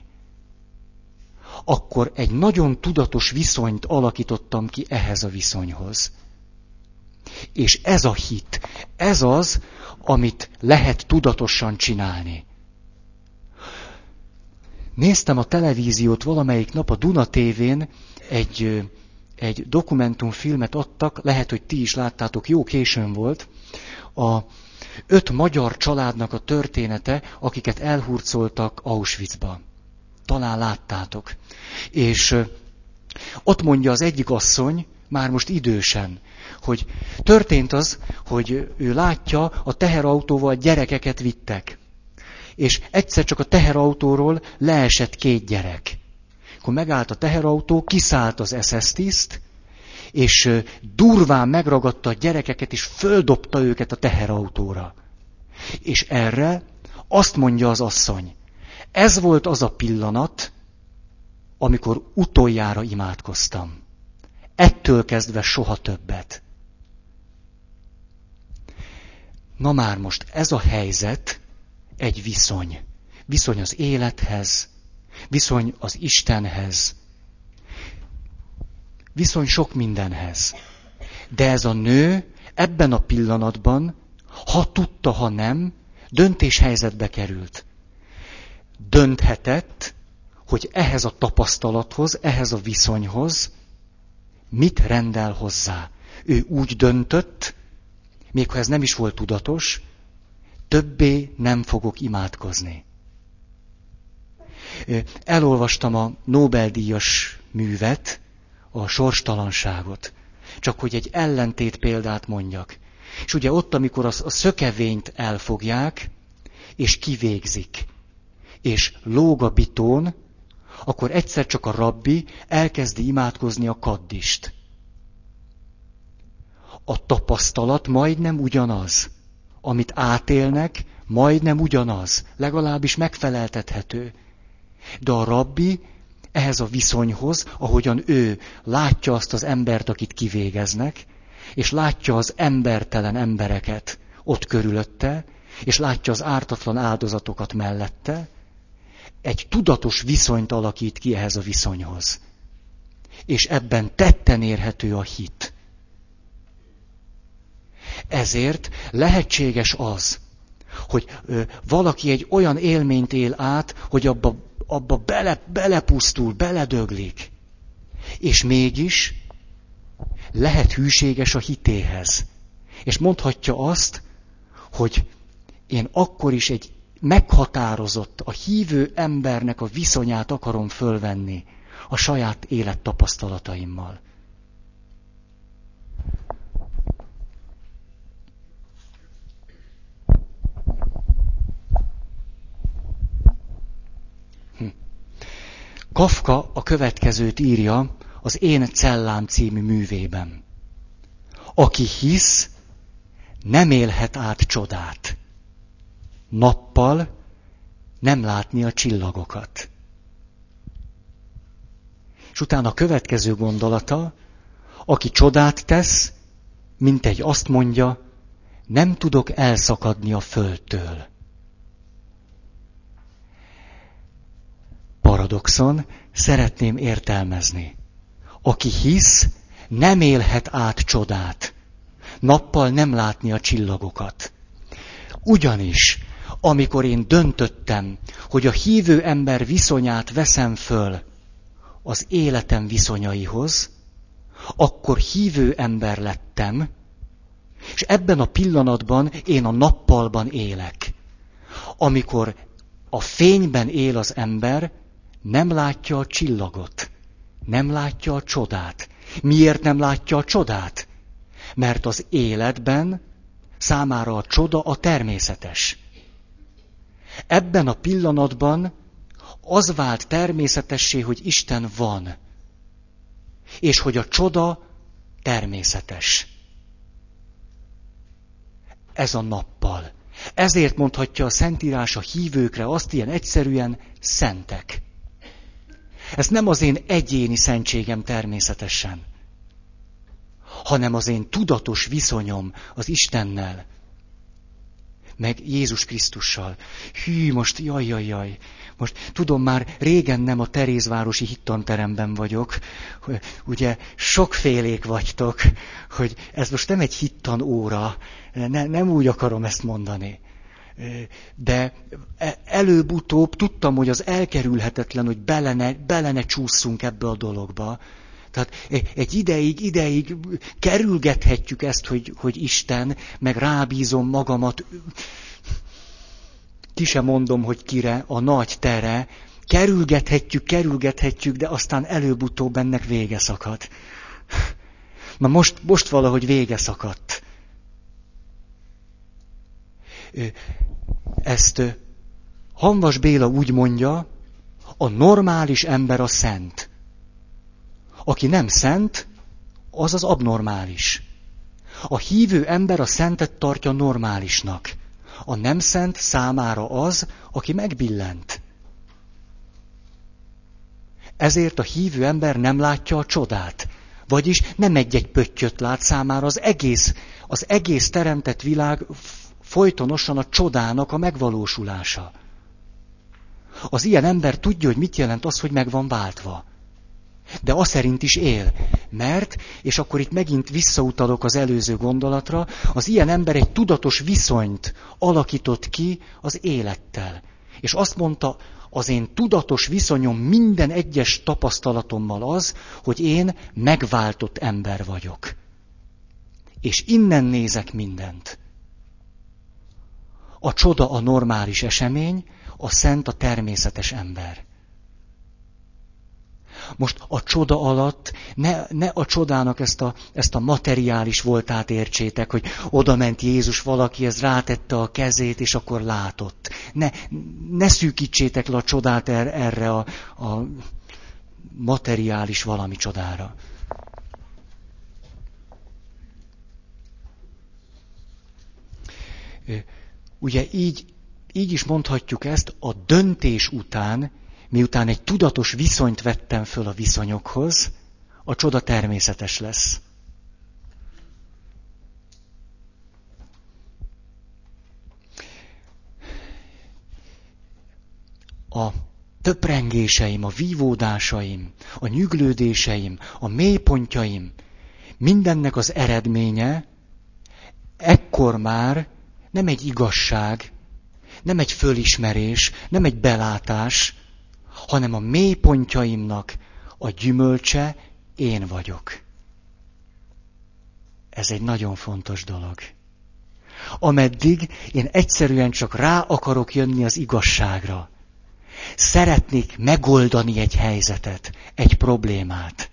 Akkor egy nagyon tudatos viszonyt alakítottam ki ehhez a viszonyhoz. És ez a hit, ez az, amit lehet tudatosan csinálni. Néztem a televíziót valamelyik nap a Duna tévén, egy, egy dokumentumfilmet adtak, lehet, hogy ti is láttátok, jó későn volt, a öt magyar családnak a története, akiket elhurcoltak Auschwitzba. Talán láttátok. És ott mondja az egyik asszony, már most idősen, hogy történt az, hogy ő látja, a teherautóval gyerekeket vittek. És egyszer csak a teherautóról leesett két gyerek. Akkor megállt a teherautó, kiszállt az es es tiszt, és durván megragadta a gyerekeket, és földobta őket a teherautóra. És erre azt mondja az asszony, ez volt az a pillanat, amikor utoljára imádkoztam. Ettől kezdve soha többet. Na már most ez a helyzet egy viszony. Viszony az élethez, viszony az Istenhez, viszony sok mindenhez. De ez a nő ebben a pillanatban, ha tudta, ha nem, döntéshelyzetbe került. Dönthetett, hogy ehhez a tapasztalathoz, ehhez a viszonyhoz mit rendel hozzá. Ő úgy döntött, még ha ez nem is volt tudatos, többé nem fogok imádkozni. Elolvastam a Nobel-díjas művet, a sorstalanságot, csak hogy egy ellentét példát mondjak. És ugye ott, amikor a szökevényt elfogják, és kivégzik, és lóg a bitón, akkor egyszer csak a rabbi elkezdi imádkozni a kaddist. A tapasztalat majdnem ugyanaz. Amit átélnek, majdnem ugyanaz. Legalábbis megfeleltethető. De a rabbi ehhez a viszonyhoz, ahogyan ő látja azt az embert, akit kivégeznek, és látja az embertelen embereket ott körülötte, és látja az ártatlan áldozatokat mellette, egy tudatos viszonyt alakít ki ehhez a viszonyhoz. És ebben tetten érhető a hit. Ezért lehetséges az, hogy ö, valaki egy olyan élményt él át, hogy abba, abba bele, belepusztul, beledöglik. És mégis lehet hűséges a hitéhez. És mondhatja azt, hogy én akkor is egy meghatározott, a hívő embernek a viszonyát akarom fölvenni a saját élettapasztalataimmal. Hm. Kafka a következőt írja az Én cellám című művében. Aki hisz, nem élhet át csodát. Nappal nem látni a csillagokat. És utána a következő gondolata, aki csodát tesz, mint egy azt mondja, nem tudok elszakadni a földtől. Paradoxon, szeretném értelmezni. Aki hisz, nem élhet át csodát. Nappal nem látni a csillagokat. Ugyanis, amikor én döntöttem, hogy a hívő ember viszonyát veszem föl az életem viszonyaihoz, akkor hívő ember lettem, és ebben a pillanatban én a nappalban élek. Amikor a fényben él az ember, nem látja a csillagot, nem látja a csodát. Miért nem látja a csodát? Mert az életben számára a csoda a természetes. Ebben a pillanatban az vált természetessé, hogy Isten van, és hogy a csoda természetes. Ez a nappal. Ezért mondhatja a Szentírás a hívőkre azt ilyen egyszerűen szentek. Ez nem az én egyéni szentségem természetesen, hanem az én tudatos viszonyom az Istennel, meg Jézus Krisztussal. Hű, most jaj, jaj, jaj. Most tudom, már régen nem a Terézvárosi hittanteremben vagyok. Ugye sokfélék vagytok, hogy ez most nem egy hittan óra. Ne, nem úgy akarom ezt mondani. De előbb-utóbb tudtam, hogy az elkerülhetetlen, hogy bele ne, bele ne csúszunk ebbe a dologba. Tehát egy ideig, ideig kerülgethetjük ezt, hogy, hogy Isten, meg rábízom magamat, ki sem mondom, hogy kire, a nagy tere, kerülgethetjük, kerülgethetjük, de aztán előbb-utóbb ennek vége szakad. Na most, most valahogy vége szakadt. Ezt Hamvas Béla úgy mondja, a normális ember a szent. Aki nem szent, az az abnormális. A hívő ember a szentet tartja normálisnak. A nem szent számára az, aki megbillent. Ezért a hívő ember nem látja a csodát. Vagyis nem egy-egy pöttyöt lát, számára az egész, az egész teremtett világ folytonosan a csodának a megvalósulása. Az ilyen ember tudja, hogy mit jelent az, hogy meg van váltva. De azt szerint is él. Mert, és akkor itt megint visszautalok az előző gondolatra, az ilyen ember egy tudatos viszonyt alakított ki az élettel. És azt mondta, az én tudatos viszonyom minden egyes tapasztalatommal az, hogy én megváltott ember vagyok. És innen nézek mindent. A csoda a normális esemény, a szent a természetes ember. Most a csoda alatt ne, ne a csodának ezt a, ezt a materiális voltát értsétek, hogy oda ment Jézus, valaki ez rátette a kezét, és akkor látott. Ne, ne szűkítsétek le a csodát er, erre a, a materiális valami csodára. Ugye így, így is mondhatjuk ezt, a döntés után, miután egy tudatos viszonyt vettem föl a viszonyokhoz, a csoda természetes lesz. A töprengéseim, a vívódásaim, a nyüglődéseim, a mélypontjaim, mindennek az eredménye ekkor már nem egy igazság, nem egy fölismerés, nem egy belátás, hanem a mélypontjaimnak a gyümölcse én vagyok. Ez egy nagyon fontos dolog. Ameddig én egyszerűen csak rá akarok jönni az igazságra. Szeretnék megoldani egy helyzetet, egy problémát.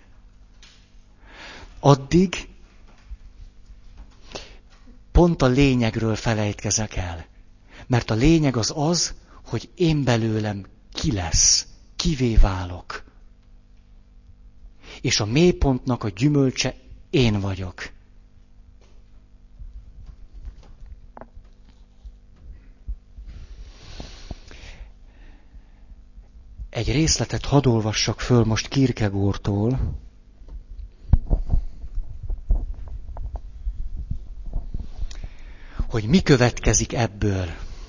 Addig pont a lényegről felejtkezek el. Mert a lényeg az az, hogy én belőlem ki lesz, kivé válok. És a mélypontnak a gyümölcse én vagyok. Egy részletet hadd olvassak föl most Kierkegaardtól. Hogy mi következik ebből.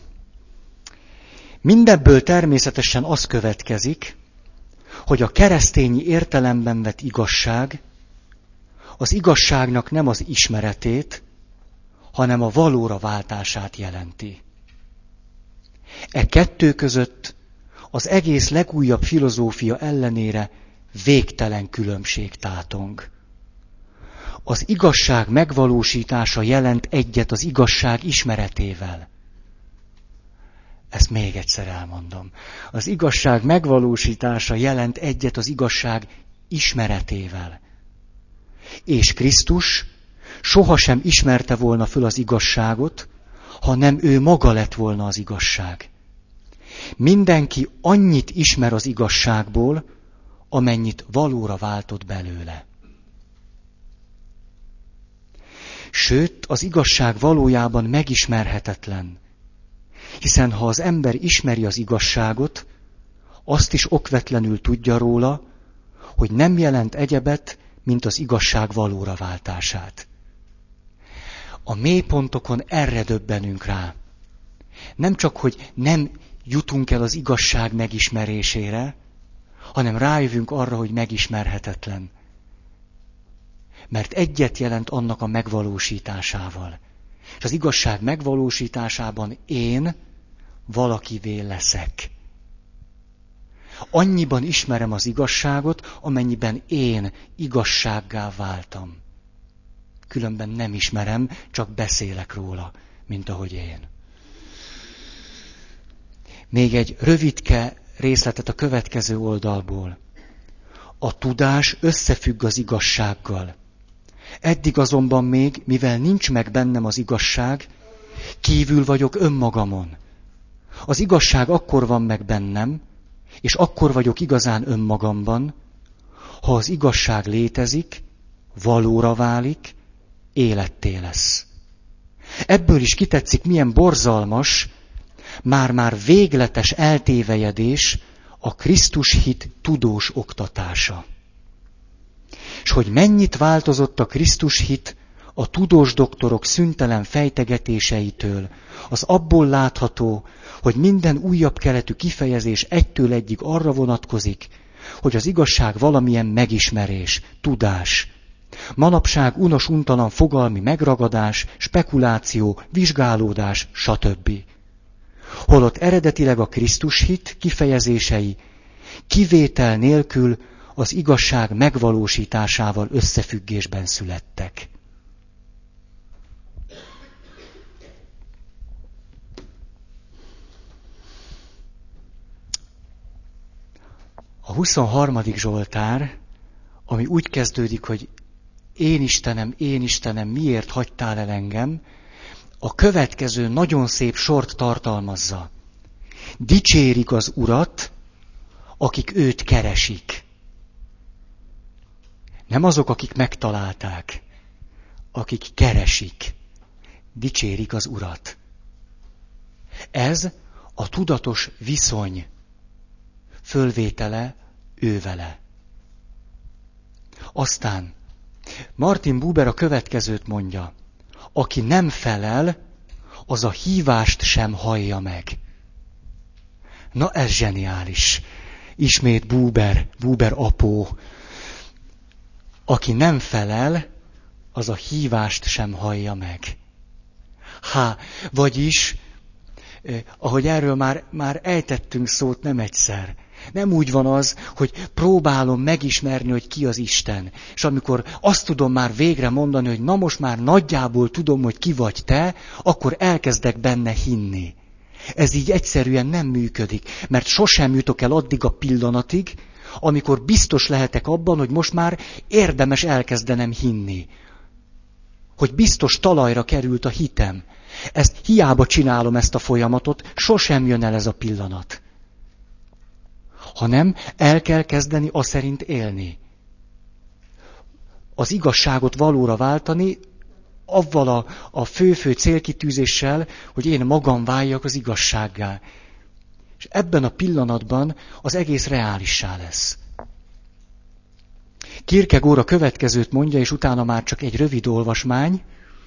Mindebből természetesen az következik, hogy a keresztényi értelemben vett igazság az igazságnak nem az ismeretét, hanem a valóra váltását jelenti. E kettő között az egész legújabb filozófia ellenére végtelen különbség tátong. Az igazság megvalósítása jelent egyet az igazság ismeretével. Ezt még egyszer elmondom. Az igazság megvalósítása jelent egyet az igazság ismeretével. És Krisztus sohasem ismerte volna föl az igazságot, ha nem ő maga lett volna az igazság. Mindenki annyit ismer az igazságból, amennyit valóra váltott belőle. Sőt, az igazság valójában megismerhetetlen. Hiszen ha az ember ismeri az igazságot, azt is okvetlenül tudja róla, hogy nem jelent egyebet, mint az igazság valóra váltását. A mélypontokon erre döbbenünk rá. Nem csak, hogy nem jutunk el az igazság megismerésére, hanem rájövünk arra, hogy megismerhetetlen. Mert egyet jelent annak a megvalósításával. És az igazság megvalósításában én valakivé leszek. Annyiban ismerem az igazságot, amennyiben én igazsággá váltam. Különben nem ismerem, csak beszélek róla, mint ahogy én. Még egy rövidke részletet a következő oldalból. A tudás összefügg az igazsággal. Eddig azonban még, mivel nincs meg bennem az igazság, kívül vagyok önmagamon. Az igazság akkor van meg bennem, és akkor vagyok igazán önmagamban, ha az igazság létezik, valóra válik, életté lesz. Ebből is kitetszik, milyen borzalmas, már-már végletes eltévejedés a Krisztus hit tudós oktatása. És hogy mennyit változott a Krisztus hit a tudós doktorok szüntelen fejtegetéseitől, az abból látható, hogy minden újabb keletű kifejezés egytől egyig arra vonatkozik, hogy az igazság valamilyen megismerés, tudás. Manapság unos-untalan fogalmi megragadás, spekuláció, vizsgálódás, stb. Holott eredetileg a Krisztus hit kifejezései kivétel nélkül az igazság megvalósításával összefüggésben születtek. A huszonharmadik Zsoltár, ami úgy kezdődik, hogy én Istenem, én Istenem, miért hagytál el engem, a következő nagyon szép sort tartalmazza. Dicsérik az Urat, akik őt keresik. Nem azok, akik megtalálták, akik keresik. Dicsérik az Urat. Ez a tudatos viszony fölvétele ővele. Aztán Martin Buber a következőt mondja. Aki nem felel, az a hívást sem hallja meg. Na ez zseniális. Ismét Buber, Buber apó. Aki nem felel, az a hívást sem hallja meg. Há, vagyis, eh, ahogy erről már, már ejtettünk szót nem egyszer. Nem úgy van az, hogy próbálom megismerni, hogy ki az Isten. És amikor azt tudom már végre mondani, hogy na most már nagyjából tudom, hogy ki vagy te, akkor elkezdek benne hinni. Ez így egyszerűen nem működik, mert sosem jutok el addig a pillanatig, amikor biztos lehetek abban, hogy most már érdemes elkezdenem hinni. Hogy biztos talajra került a hitem. Ezt hiába csinálom ezt a folyamatot, sosem jön el ez a pillanat. Hanem el kell kezdeni azt szerint élni. Az igazságot valóra váltani, avval a, a fő-fő célkitűzéssel, hogy én magam váljak az igazsággá. És ebben a pillanatban az egész reálissá lesz. Kierkegaard a következőt mondja, és utána már csak egy rövid olvasmány,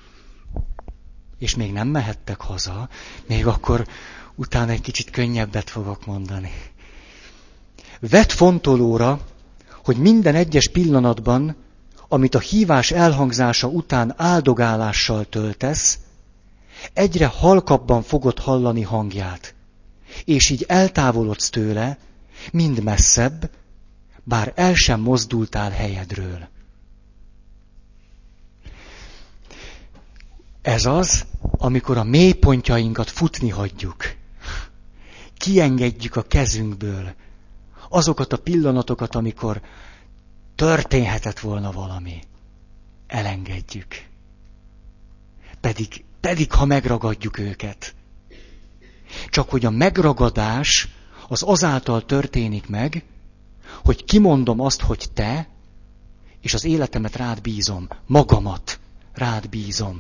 és még nem mehettek haza, még akkor utána egy kicsit könnyebbet fogok mondani. Vedd fontolóra, hogy minden egyes pillanatban, amit a hívás elhangzása után áldogálással töltesz, egyre halkabban fogod hallani hangját, és így eltávolodsz tőle, mind messzebb, bár el sem mozdultál helyedről. Ez az, amikor a mélypontjainkat futni hagyjuk. Kiengedjük a kezünkből azokat a pillanatokat, amikor történhetett volna valami. Elengedjük. Pedig, pedig ha megragadjuk őket. Csak hogy a megragadás az azáltal történik meg, hogy kimondom azt, hogy te, és az életemet rád bízom, magamat rád bízom.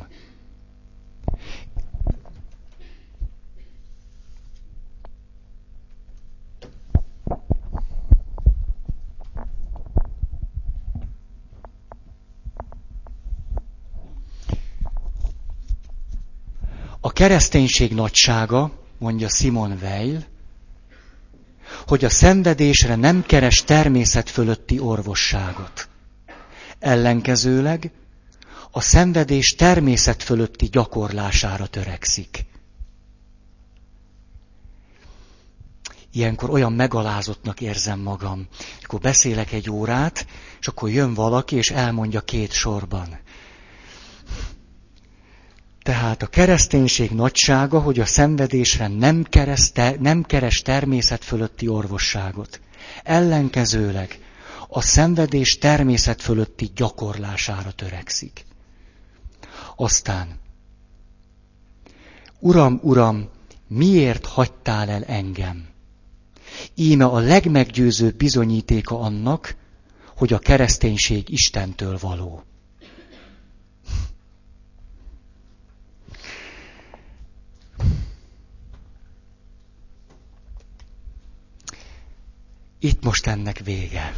A kereszténység nagysága, mondja Simone Weil, hogy a szenvedésre nem keres természet fölötti orvosságot. Ellenkezőleg a szenvedés természet fölötti gyakorlására törekszik. ilyenkor olyan megalázottnak érzem magam. Akkor beszélek egy órát, és akkor jön valaki, és elmondja két sorban. Tehát a kereszténység nagysága, hogy a szenvedésre nem, kereszte, nem keres természet fölötti orvosságot. Ellenkezőleg a szenvedés természet fölötti gyakorlására törekszik. Aztán, Uram, Uram, miért hagytál el engem? Íme a legmeggyőzőbb bizonyítéka annak, hogy a kereszténység Istentől való. Itt most ennek vége.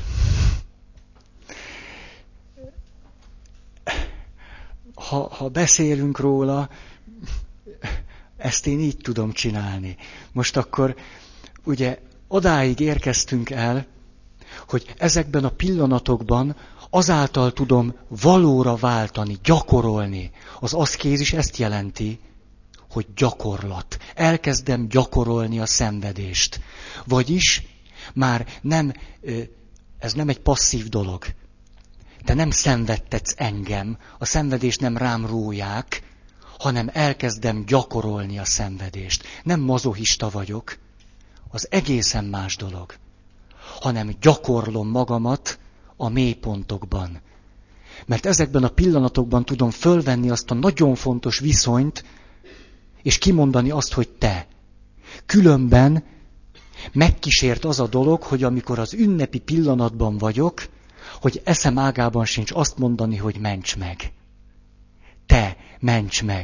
Ha, ha beszélünk róla, ezt én így tudom csinálni. Most akkor ugye odáig érkeztünk el, hogy ezekben a pillanatokban azáltal tudom valóra váltani, gyakorolni. Az aszkézis ezt jelenti, hogy gyakorlat. Elkezdem gyakorolni a szenvedést. Vagyis már nem, ez nem egy passzív dolog. Te nem szenvedtetsz engem, a szenvedést nem rám róják, hanem elkezdem gyakorolni a szenvedést. Nem mazochista vagyok, az egészen más dolog, hanem gyakorlom magamat a mélypontokban. Mert ezekben a pillanatokban tudom fölvenni azt a nagyon fontos viszonyt, és kimondani azt, hogy te. Különben megkísért az a dolog, hogy amikor az ünnepi pillanatban vagyok, hogy eszem ágában sincs azt mondani, hogy ments meg. Te, ments meg.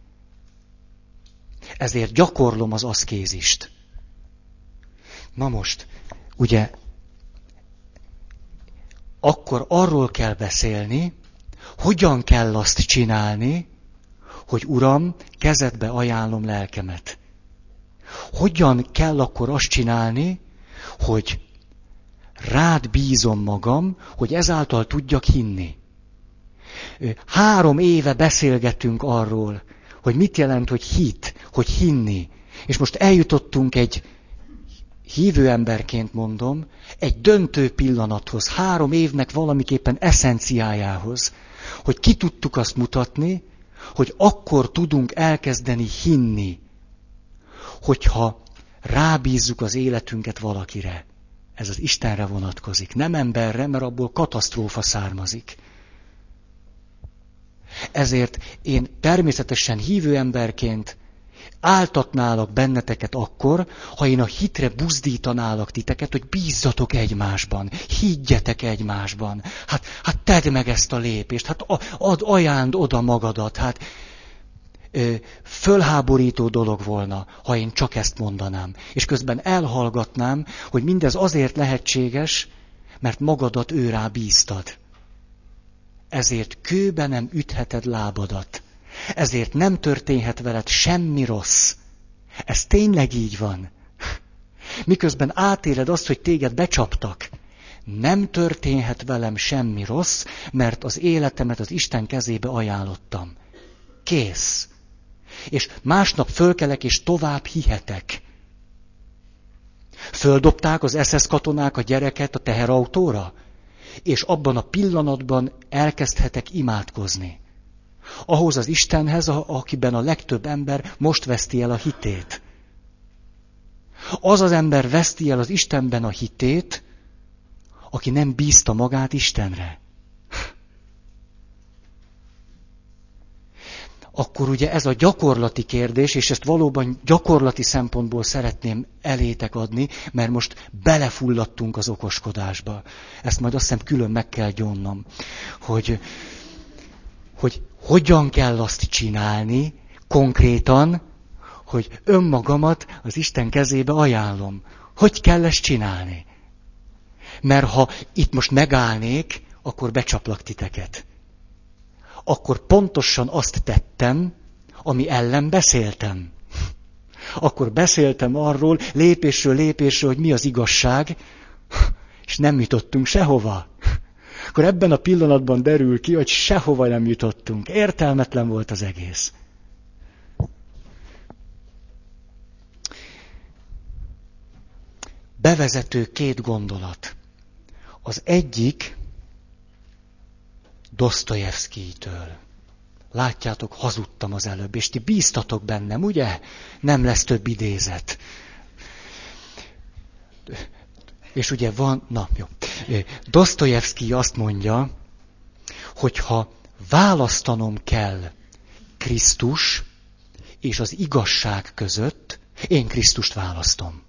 Ezért gyakorlom az aszkézist. Na most, ugye, akkor arról kell beszélni, hogyan kell azt csinálni, hogy Uram, kezedbe ajánlom lelkemet. Hogyan kell akkor azt csinálni, hogy rád bízom magam, hogy ezáltal tudjak hinni. Három éve beszélgetünk arról, hogy mit jelent, hogy hit, hogy hinni. És most eljutottunk egy, hívő emberként mondom, egy döntő pillanathoz, három évnek valamiképpen eszenciájához, hogy ki tudtuk azt mutatni, hogy akkor tudunk elkezdeni hinni, hogyha rábízzuk az életünket valakire. Ez az Istenre vonatkozik, nem emberre, mert abból katasztrófa származik. Ezért én természetesen hívő emberként áltatnálak benneteket akkor, ha én a hitre buzdítanálak titeket, hogy bízzatok egymásban, higgyetek egymásban. Hát, hát tedd meg ezt a lépést, hát ad, ajánd oda magadat, hát ö, fölháborító dolog volna, ha én csak ezt mondanám. És közben elhallgatnám, hogy mindez azért lehetséges, mert magadat ő rá bíztad. Ezért kőbe nem ütheted lábadat. Ezért nem történhet veled semmi rossz. Ez tényleg így van. Miközben átéled azt, hogy téged becsaptak. Nem történhet velem semmi rossz, mert az életemet az Isten kezébe ajánlottam. Kész. És másnap fölkelek, és tovább hihetek. Földobták az es es katonák a gyereket a teherautóra, és abban a pillanatban elkezdhetek imádkozni. Ahhoz az Istenhez, akiben a legtöbb ember most veszti el a hitét. Az az ember veszti el az Istenben a hitét, aki nem bízta magát Istenre. Akkor ugye ez a gyakorlati kérdés, és ezt valóban gyakorlati szempontból szeretném elétek adni, mert most belefulladtunk az okoskodásba. Ezt majd azt hiszem külön meg kell gyónnom, hogy, hogy hogyan kell azt csinálni konkrétan, hogy önmagamat az Isten kezébe ajánlom. Hogy kell ezt csinálni? Mert ha itt most megállnék, akkor becsaplak titeket. Akkor pontosan azt tettem, ami ellen beszéltem. Akkor beszéltem arról lépésről lépésről, hogy mi az igazság, és nem jutottunk sehova. Akkor ebben a pillanatban derül ki, hogy sehova nem jutottunk. Értelmetlen volt az egész. Bevezető két gondolat. Az egyik Dosztojevszkijtől. Látjátok, hazudtam az előbb, és ti bíztatok bennem, ugye? Nem lesz több idézet. És ugye van, na jó. Dosztojevszkij azt mondja, hogy ha választanom kell Krisztus és az igazság között, én Krisztust választom.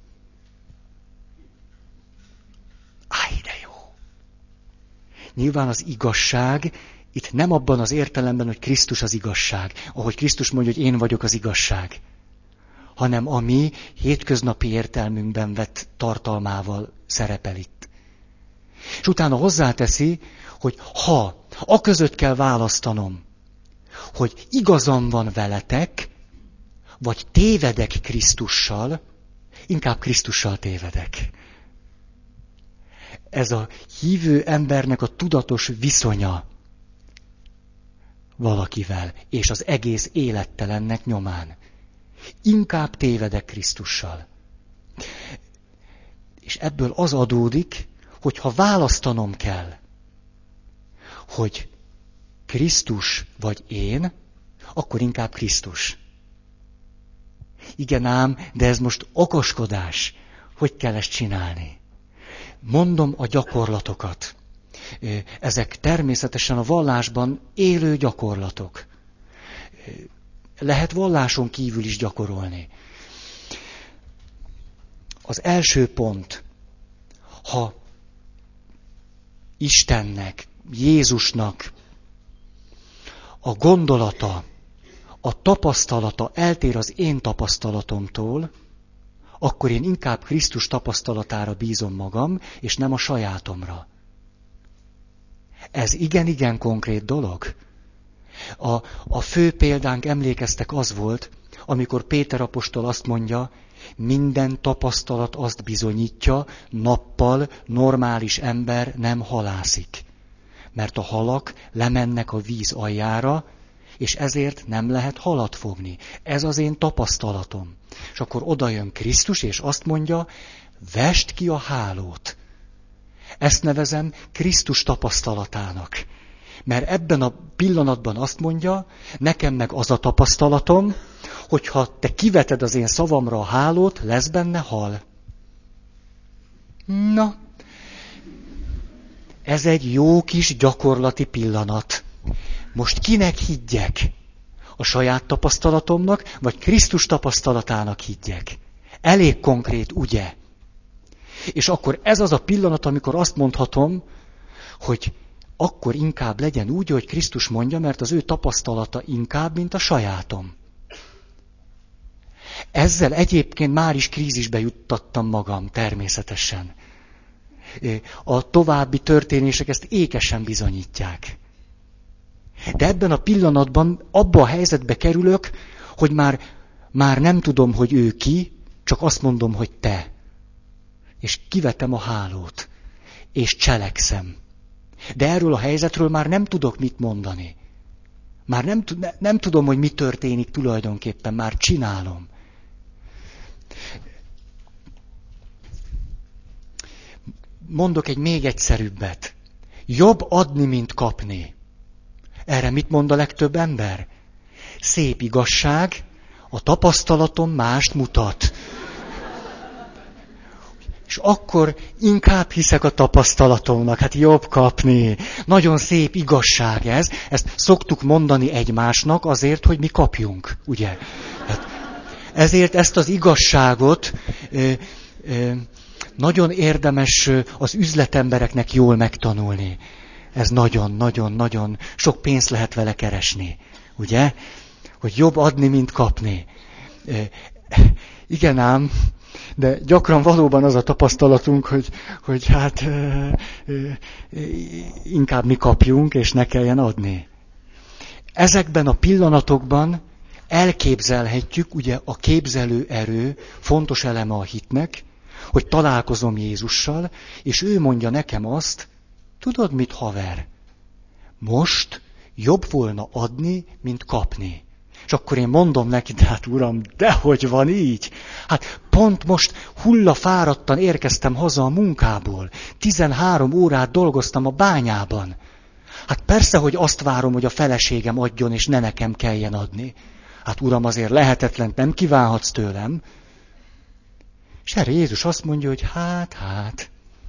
Áj, de jó! Nyilván az igazság itt nem abban az értelemben, hogy Krisztus az igazság, ahogy Krisztus mondja, hogy én vagyok az igazság, hanem a mi hétköznapi értelmünkben vett tartalmával szerepel itt. És utána hozzáteszi, hogy ha a között kell választanom, hogy igazam van veletek, vagy tévedek Krisztussal, inkább Krisztussal tévedek. Ez a hívő embernek a tudatos viszonya valakivel, és az egész élettelennek nyomán. Inkább tévedek Krisztussal. És ebből az adódik, hogy ha választanom kell, hogy Krisztus vagy én, akkor inkább Krisztus. Igen ám, de ez most okoskodás. Hogy kell ezt csinálni? Mondom a gyakorlatokat. Ezek természetesen a vallásban élő gyakorlatok. Lehet valláson kívül is gyakorolni. Az első pont, ha Istennek, Jézusnak a gondolata, a tapasztalata eltér az én tapasztalatomtól, akkor én inkább Krisztus tapasztalatára bízom magam, és nem a sajátomra. Ez igen-igen konkrét dolog. A, a fő példánk, emlékeztek, az volt, amikor Péter apostol azt mondja, minden tapasztalat azt bizonyítja, nappal normális ember nem halászik. Mert a halak lemennek a víz aljára, és ezért nem lehet halat fogni. Ez az én tapasztalatom. És akkor odajön Krisztus, és azt mondja, vesd ki a hálót. Ezt nevezem Krisztus tapasztalatának. Mert ebben a pillanatban azt mondja, nekem meg az a tapasztalatom, hogyha te kiveted az én szavamra a hálót, lesz benne hal. Na, ez egy jó kis gyakorlati pillanat. Most kinek higgyek? A saját tapasztalatomnak, vagy Krisztus tapasztalatának higgyek? Elég konkrét, ugye? És akkor ez az a pillanat, amikor azt mondhatom, hogy akkor inkább legyen úgy, hogy Krisztus mondja, mert az ő tapasztalata inkább, mint a sajátom. Ezzel egyébként már is krízisbe juttattam magam, természetesen. A további történések ezt ékesen bizonyítják. De ebben a pillanatban abba a helyzetbe kerülök, hogy már, már nem tudom, hogy ő ki, csak azt mondom, hogy te. És kivetem a hálót, és cselekszem. De erről a helyzetről már nem tudok mit mondani. Már nem, nem tudom, hogy mi történik tulajdonképpen, már csinálom. Mondok egy még egyszerűbbet. Jobb adni, mint kapni. Erre mit mond a legtöbb ember? Szép igazság, a tapasztalatom mást mutat. És akkor inkább hiszek a tapasztalatomnak, hát jobb kapni. Nagyon szép igazság ez. Ezt szoktuk mondani egymásnak azért, hogy mi kapjunk, ugye? Hát ezért ezt az igazságot ö, ö, nagyon érdemes az üzletembereknek jól megtanulni. Ez nagyon-nagyon-nagyon sok pénzt lehet vele keresni, ugye? Hogy jobb adni, mint kapni. Ö, igen ám, de gyakran valóban az a tapasztalatunk, hogy, hogy hát ö, ö, inkább mi kapjunk, és ne kelljen adni. Ezekben a pillanatokban elképzelhetjük, ugye a képzelő erő fontos eleme a hitnek, hogy találkozom Jézussal, és ő mondja nekem azt, tudod mit, haver? Most jobb volna adni, mint kapni. És akkor én mondom neki, de hát uram, dehogy van így? Hát pont most hullafáradtan érkeztem haza a munkából. tizenhárom órát dolgoztam a bányában. Hát persze, hogy azt várom, hogy a feleségem adjon, és ne nekem kelljen adni. Hát uram, azért lehetetlen, nem kívánhatsz tőlem. És erre Jézus azt mondja, hogy hát, hát.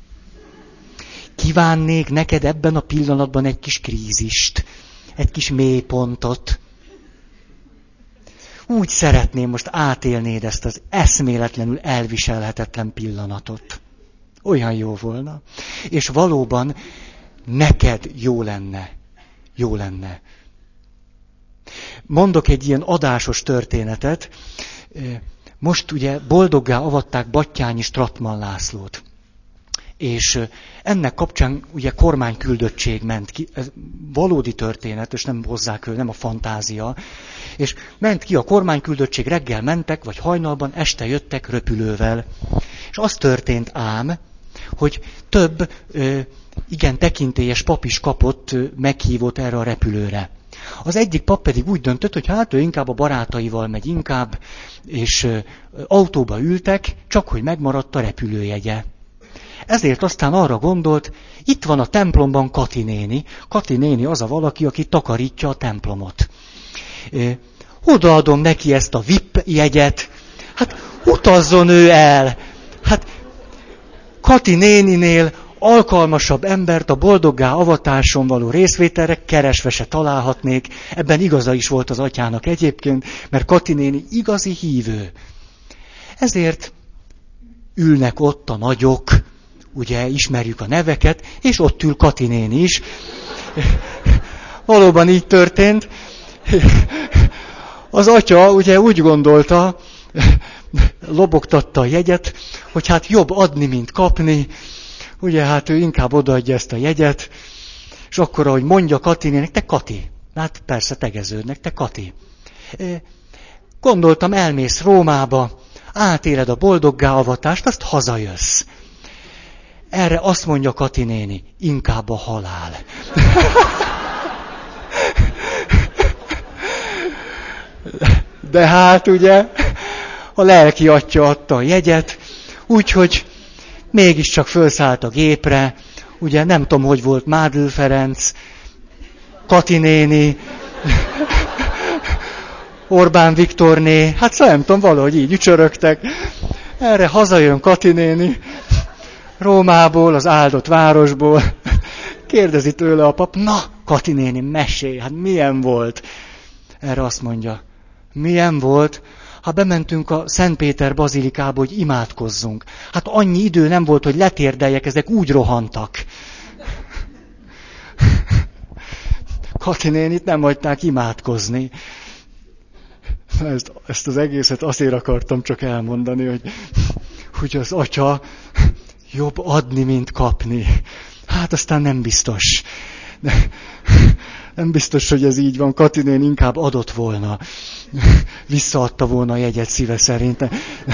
Kívánnék neked ebben a pillanatban egy kis krízist, egy kis mélypontot. Úgy szeretném, most átélnéd ezt az eszméletlenül elviselhetetlen pillanatot. Olyan jó volna. És valóban neked jó lenne. Jó lenne. Mondok egy ilyen adásos történetet. Most ugye boldoggá avatták Batthyányi Strattmann Lászlót. És ennek kapcsán ugye kormányküldöttség ment ki, ez valódi történet, és nem hozzák ő, nem a fantázia. És ment ki a kormányküldöttség, reggel mentek, vagy hajnalban, este jöttek röpülővel. És az történt ám, hogy több igen tekintélyes pap is kapott meghívót erre a repülőre. Az egyik pap pedig úgy döntött, hogy hát ő inkább a barátaival megy inkább, és autóba ültek, csak hogy megmaradt a repülőjegye. Ezért aztán arra gondolt, itt van a templomban Kati néni. Kati néni az a valaki, aki takarítja a templomot. Odaadom neki ezt a vé i pé jegyet, hát utazzon ő el. Hát Kati néninél alkalmasabb embert a boldoggá avatáson való részvételre keresve se találhatnék. Ebben igaza is volt az atyának egyébként, mert Kati néni igazi hívő. Ezért ülnek ott a nagyok, ugye ismerjük a neveket, és ott ül Kati néni is. Valóban így történt. Az atya ugye úgy gondolta, lobogtatta a jegyet, hogy hát jobb adni, mint kapni. Ugye hát ő inkább odaadja ezt a jegyet, és akkor, ahogy mondja Kati néninek, te Kati. Hát persze tegeződnek, te Kati. Gondoltam, elmész Rómába, átéled a boldoggá avatást, azt hazajössz. Erre azt mondja Kati néni, inkább a halál. De hát ugye, a lelki atya adta a jegyet, úgyhogy mégiscsak fölszállt a gépre, ugye nem tudom, hogy volt Mádl Ferenc, Kati néni, Orbán Viktorné, hát szóval nem tudom, valahogy így ücsörögtek. Erre hazajön Kati néni, Rómából, az áldott városból. Kérdezi tőle a pap, na, Kati néni, mesélj, hát milyen volt? Erre azt mondja, milyen volt? Ha bementünk a Szent Péter bazilikába, hogy imádkozzunk. Hát annyi idő nem volt, hogy letérdeljek, ezek úgy rohantak. Kati nénit nem hagyták imádkozni. Ezt, ezt az egészet azért akartam csak elmondani, hogy, hogy az atya jobb adni, mint kapni. Hát aztán nem biztos. Nem biztos, hogy ez így van. Kati néni inkább adott volna. Visszaadta volna a jegyet szíve szerint.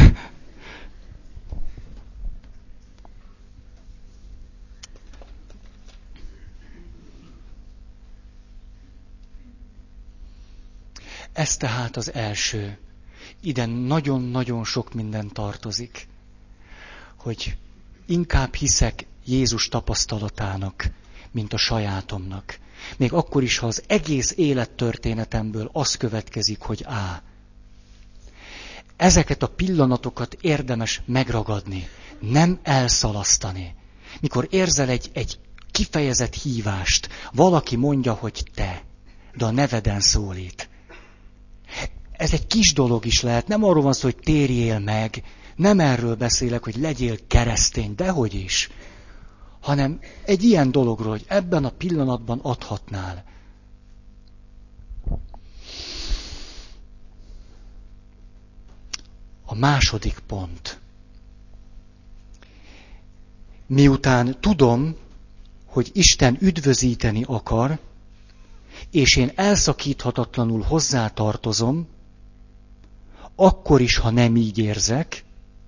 Ez tehát az első. Ide nagyon-nagyon sok minden tartozik. Hogy inkább hiszek Jézus tapasztalatának, mint a sajátomnak. Még akkor is, ha az egész élettörténetemből az következik, hogy á. Ezeket a pillanatokat érdemes megragadni, nem elszalasztani. Mikor érzel egy, egy kifejezett hívást, valaki mondja, hogy te, de a neveden szólít. Ez egy kis dolog is lehet, nem arról van szó, hogy térjél meg, nem erről beszélek, hogy legyél keresztény, dehogy is, hanem egy ilyen dologról, hogy ebben a pillanatban adhatnál. A második pont. Miután tudom, hogy Isten üdvözíteni akar, és én elszakíthatatlanul hozzátartozom, akkor is, ha nem így érzek,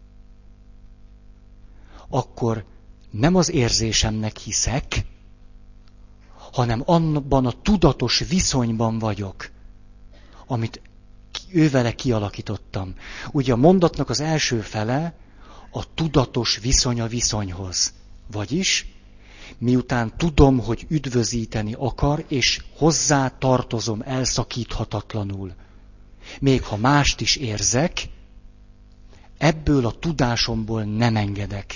akkor nem az érzésemnek hiszek, hanem abban a tudatos viszonyban vagyok, amit ővele kialakítottam. Ugye a mondatnak az első fele a tudatos viszony a viszonyhoz. Vagyis, miután tudom, hogy üdvözíteni akar, és hozzá tartozom elszakíthatatlanul. Még ha mást is érzek, ebből a tudásomból nem engedek.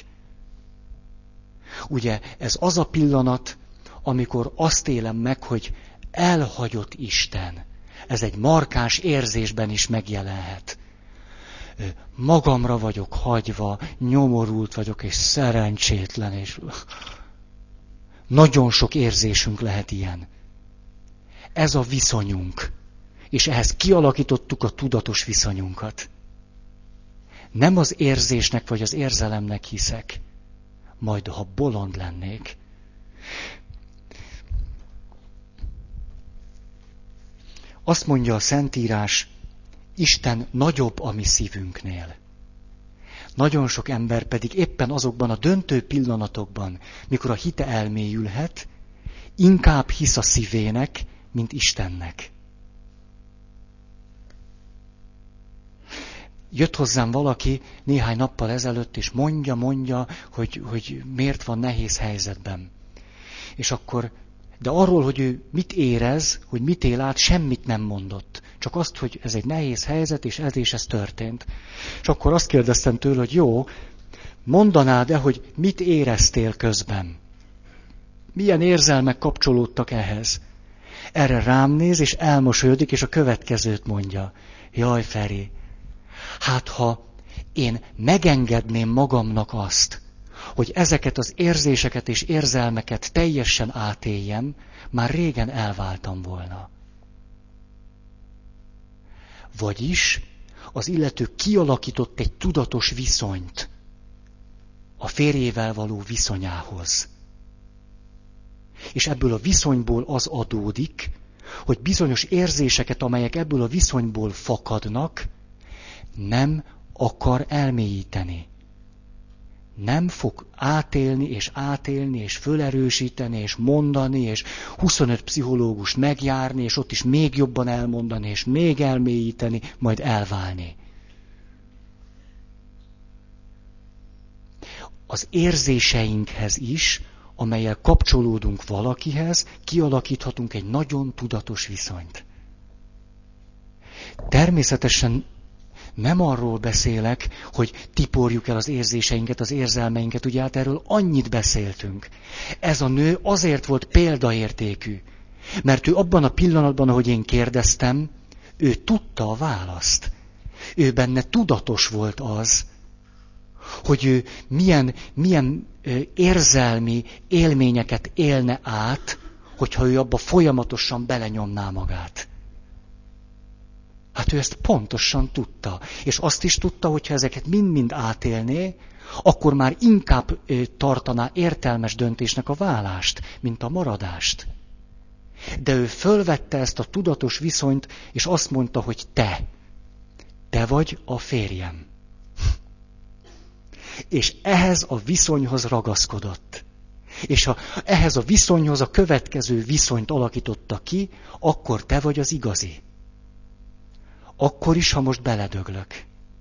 Ugye ez az a pillanat, amikor azt élem meg, hogy elhagyott Isten. Ez egy markáns érzésben is megjelenhet. Magamra vagyok hagyva, nyomorult vagyok, és szerencsétlen, és nagyon sok érzésünk lehet ilyen. Ez a viszonyunk, és ehhez kialakítottuk a tudatos viszonyunkat. Nem az érzésnek vagy az érzelemnek hiszek, majd ha bolond lennék. Azt mondja a Szentírás, Isten nagyobb a mi szívünknél. Nagyon sok ember pedig éppen azokban a döntő pillanatokban, mikor a hite elmélyülhet, inkább hisz a szívének, mint Istennek. Jött hozzám valaki néhány nappal ezelőtt, és mondja, mondja, hogy, hogy miért van nehéz helyzetben. És akkor, de arról, hogy ő mit érez, hogy mit él át, semmit nem mondott. Csak azt, hogy ez egy nehéz helyzet, és ez és ez történt. És akkor azt kérdeztem tőle, hogy jó, mondanád-e, hogy mit éreztél közben? Milyen érzelmek kapcsolódtak ehhez? Erre rám néz, és elmosolyodik, és a következőt mondja. Jaj, Feri, hát ha én megengedném magamnak azt, hogy ezeket az érzéseket és érzelmeket teljesen átéljem, már régen elváltam volna. Vagyis az illető kialakított egy tudatos viszonyt a férjével való viszonyához. És ebből a viszonyból az adódik, hogy bizonyos érzéseket, amelyek ebből a viszonyból fakadnak, nem akar elmélyíteni. Nem fog átélni, és átélni, és fölerősíteni, és mondani, és huszonöt pszichológust megjárni, és ott is még jobban elmondani, és még elmélyíteni, majd elválni. Az érzéseinkhez is, amellyel kapcsolódunk valakihez, kialakíthatunk egy nagyon tudatos viszonyt. Természetesen nem arról beszélek, hogy tiporjuk el az érzéseinket, az érzelmeinket, ugye hát erről annyit beszéltünk. Ez a nő azért volt példaértékű, mert ő abban a pillanatban, ahogy én kérdeztem, ő tudta a választ. Ő benne tudatos volt az, hogy ő milyen, milyen érzelmi élményeket élne át, hogyha ő abba folyamatosan belenyomná magát. Hát ő ezt pontosan tudta. És azt is tudta, hogyha ezeket mind-mind átélné, akkor már inkább tartaná értelmes döntésnek a válást, mint a maradást. De ő fölvette ezt a tudatos viszonyt, és azt mondta, hogy te, te vagy a férjem. És ehhez a viszonyhoz ragaszkodott. És ha ehhez a viszonyhoz a következő viszonyt alakította ki, akkor te vagy az igazi. Akkor is, ha most beledöglök.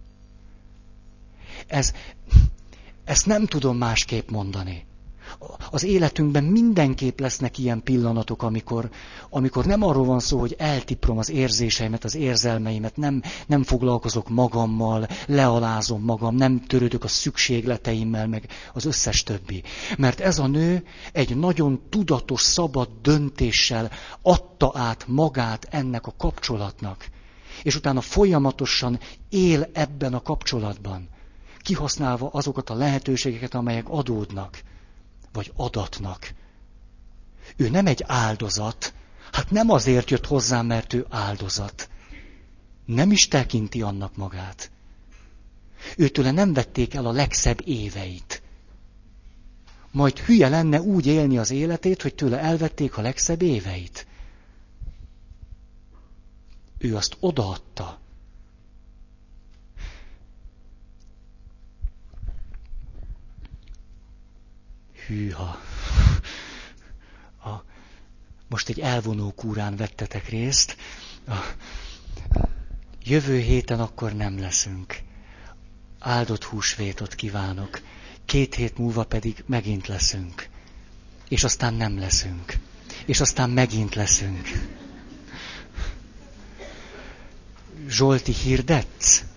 Ez, ezt nem tudom másképp mondani. Az életünkben mindenképp lesznek ilyen pillanatok, amikor, amikor nem arról van szó, hogy eltiprom az érzéseimet, az érzelmeimet, nem, nem foglalkozok magammal, lealázom magam, nem törődök a szükségleteimmel, meg az összes többi. Mert ez a nő egy nagyon tudatos, szabad döntéssel adta át magát ennek a kapcsolatnak. És utána folyamatosan él ebben a kapcsolatban, kihasználva azokat a lehetőségeket, amelyek adódnak, vagy adatnak. Ő nem egy áldozat, hát nem azért jött hozzám, mert ő áldozat. Nem is tekinti annak magát. Őtőle nem vették el a legszebb éveit. Majd hülye lenne úgy élni az életét, hogy tőle elvették a legszebb éveit. Ő azt odaadta. Hűha. A, most egy elvonó kúrán vettetek részt. A, Jövő héten akkor nem leszünk. Áldott húsvétot kívánok. Két hét múlva pedig megint leszünk. És aztán nem leszünk. És aztán megint leszünk. Zsolti, hirdetsz?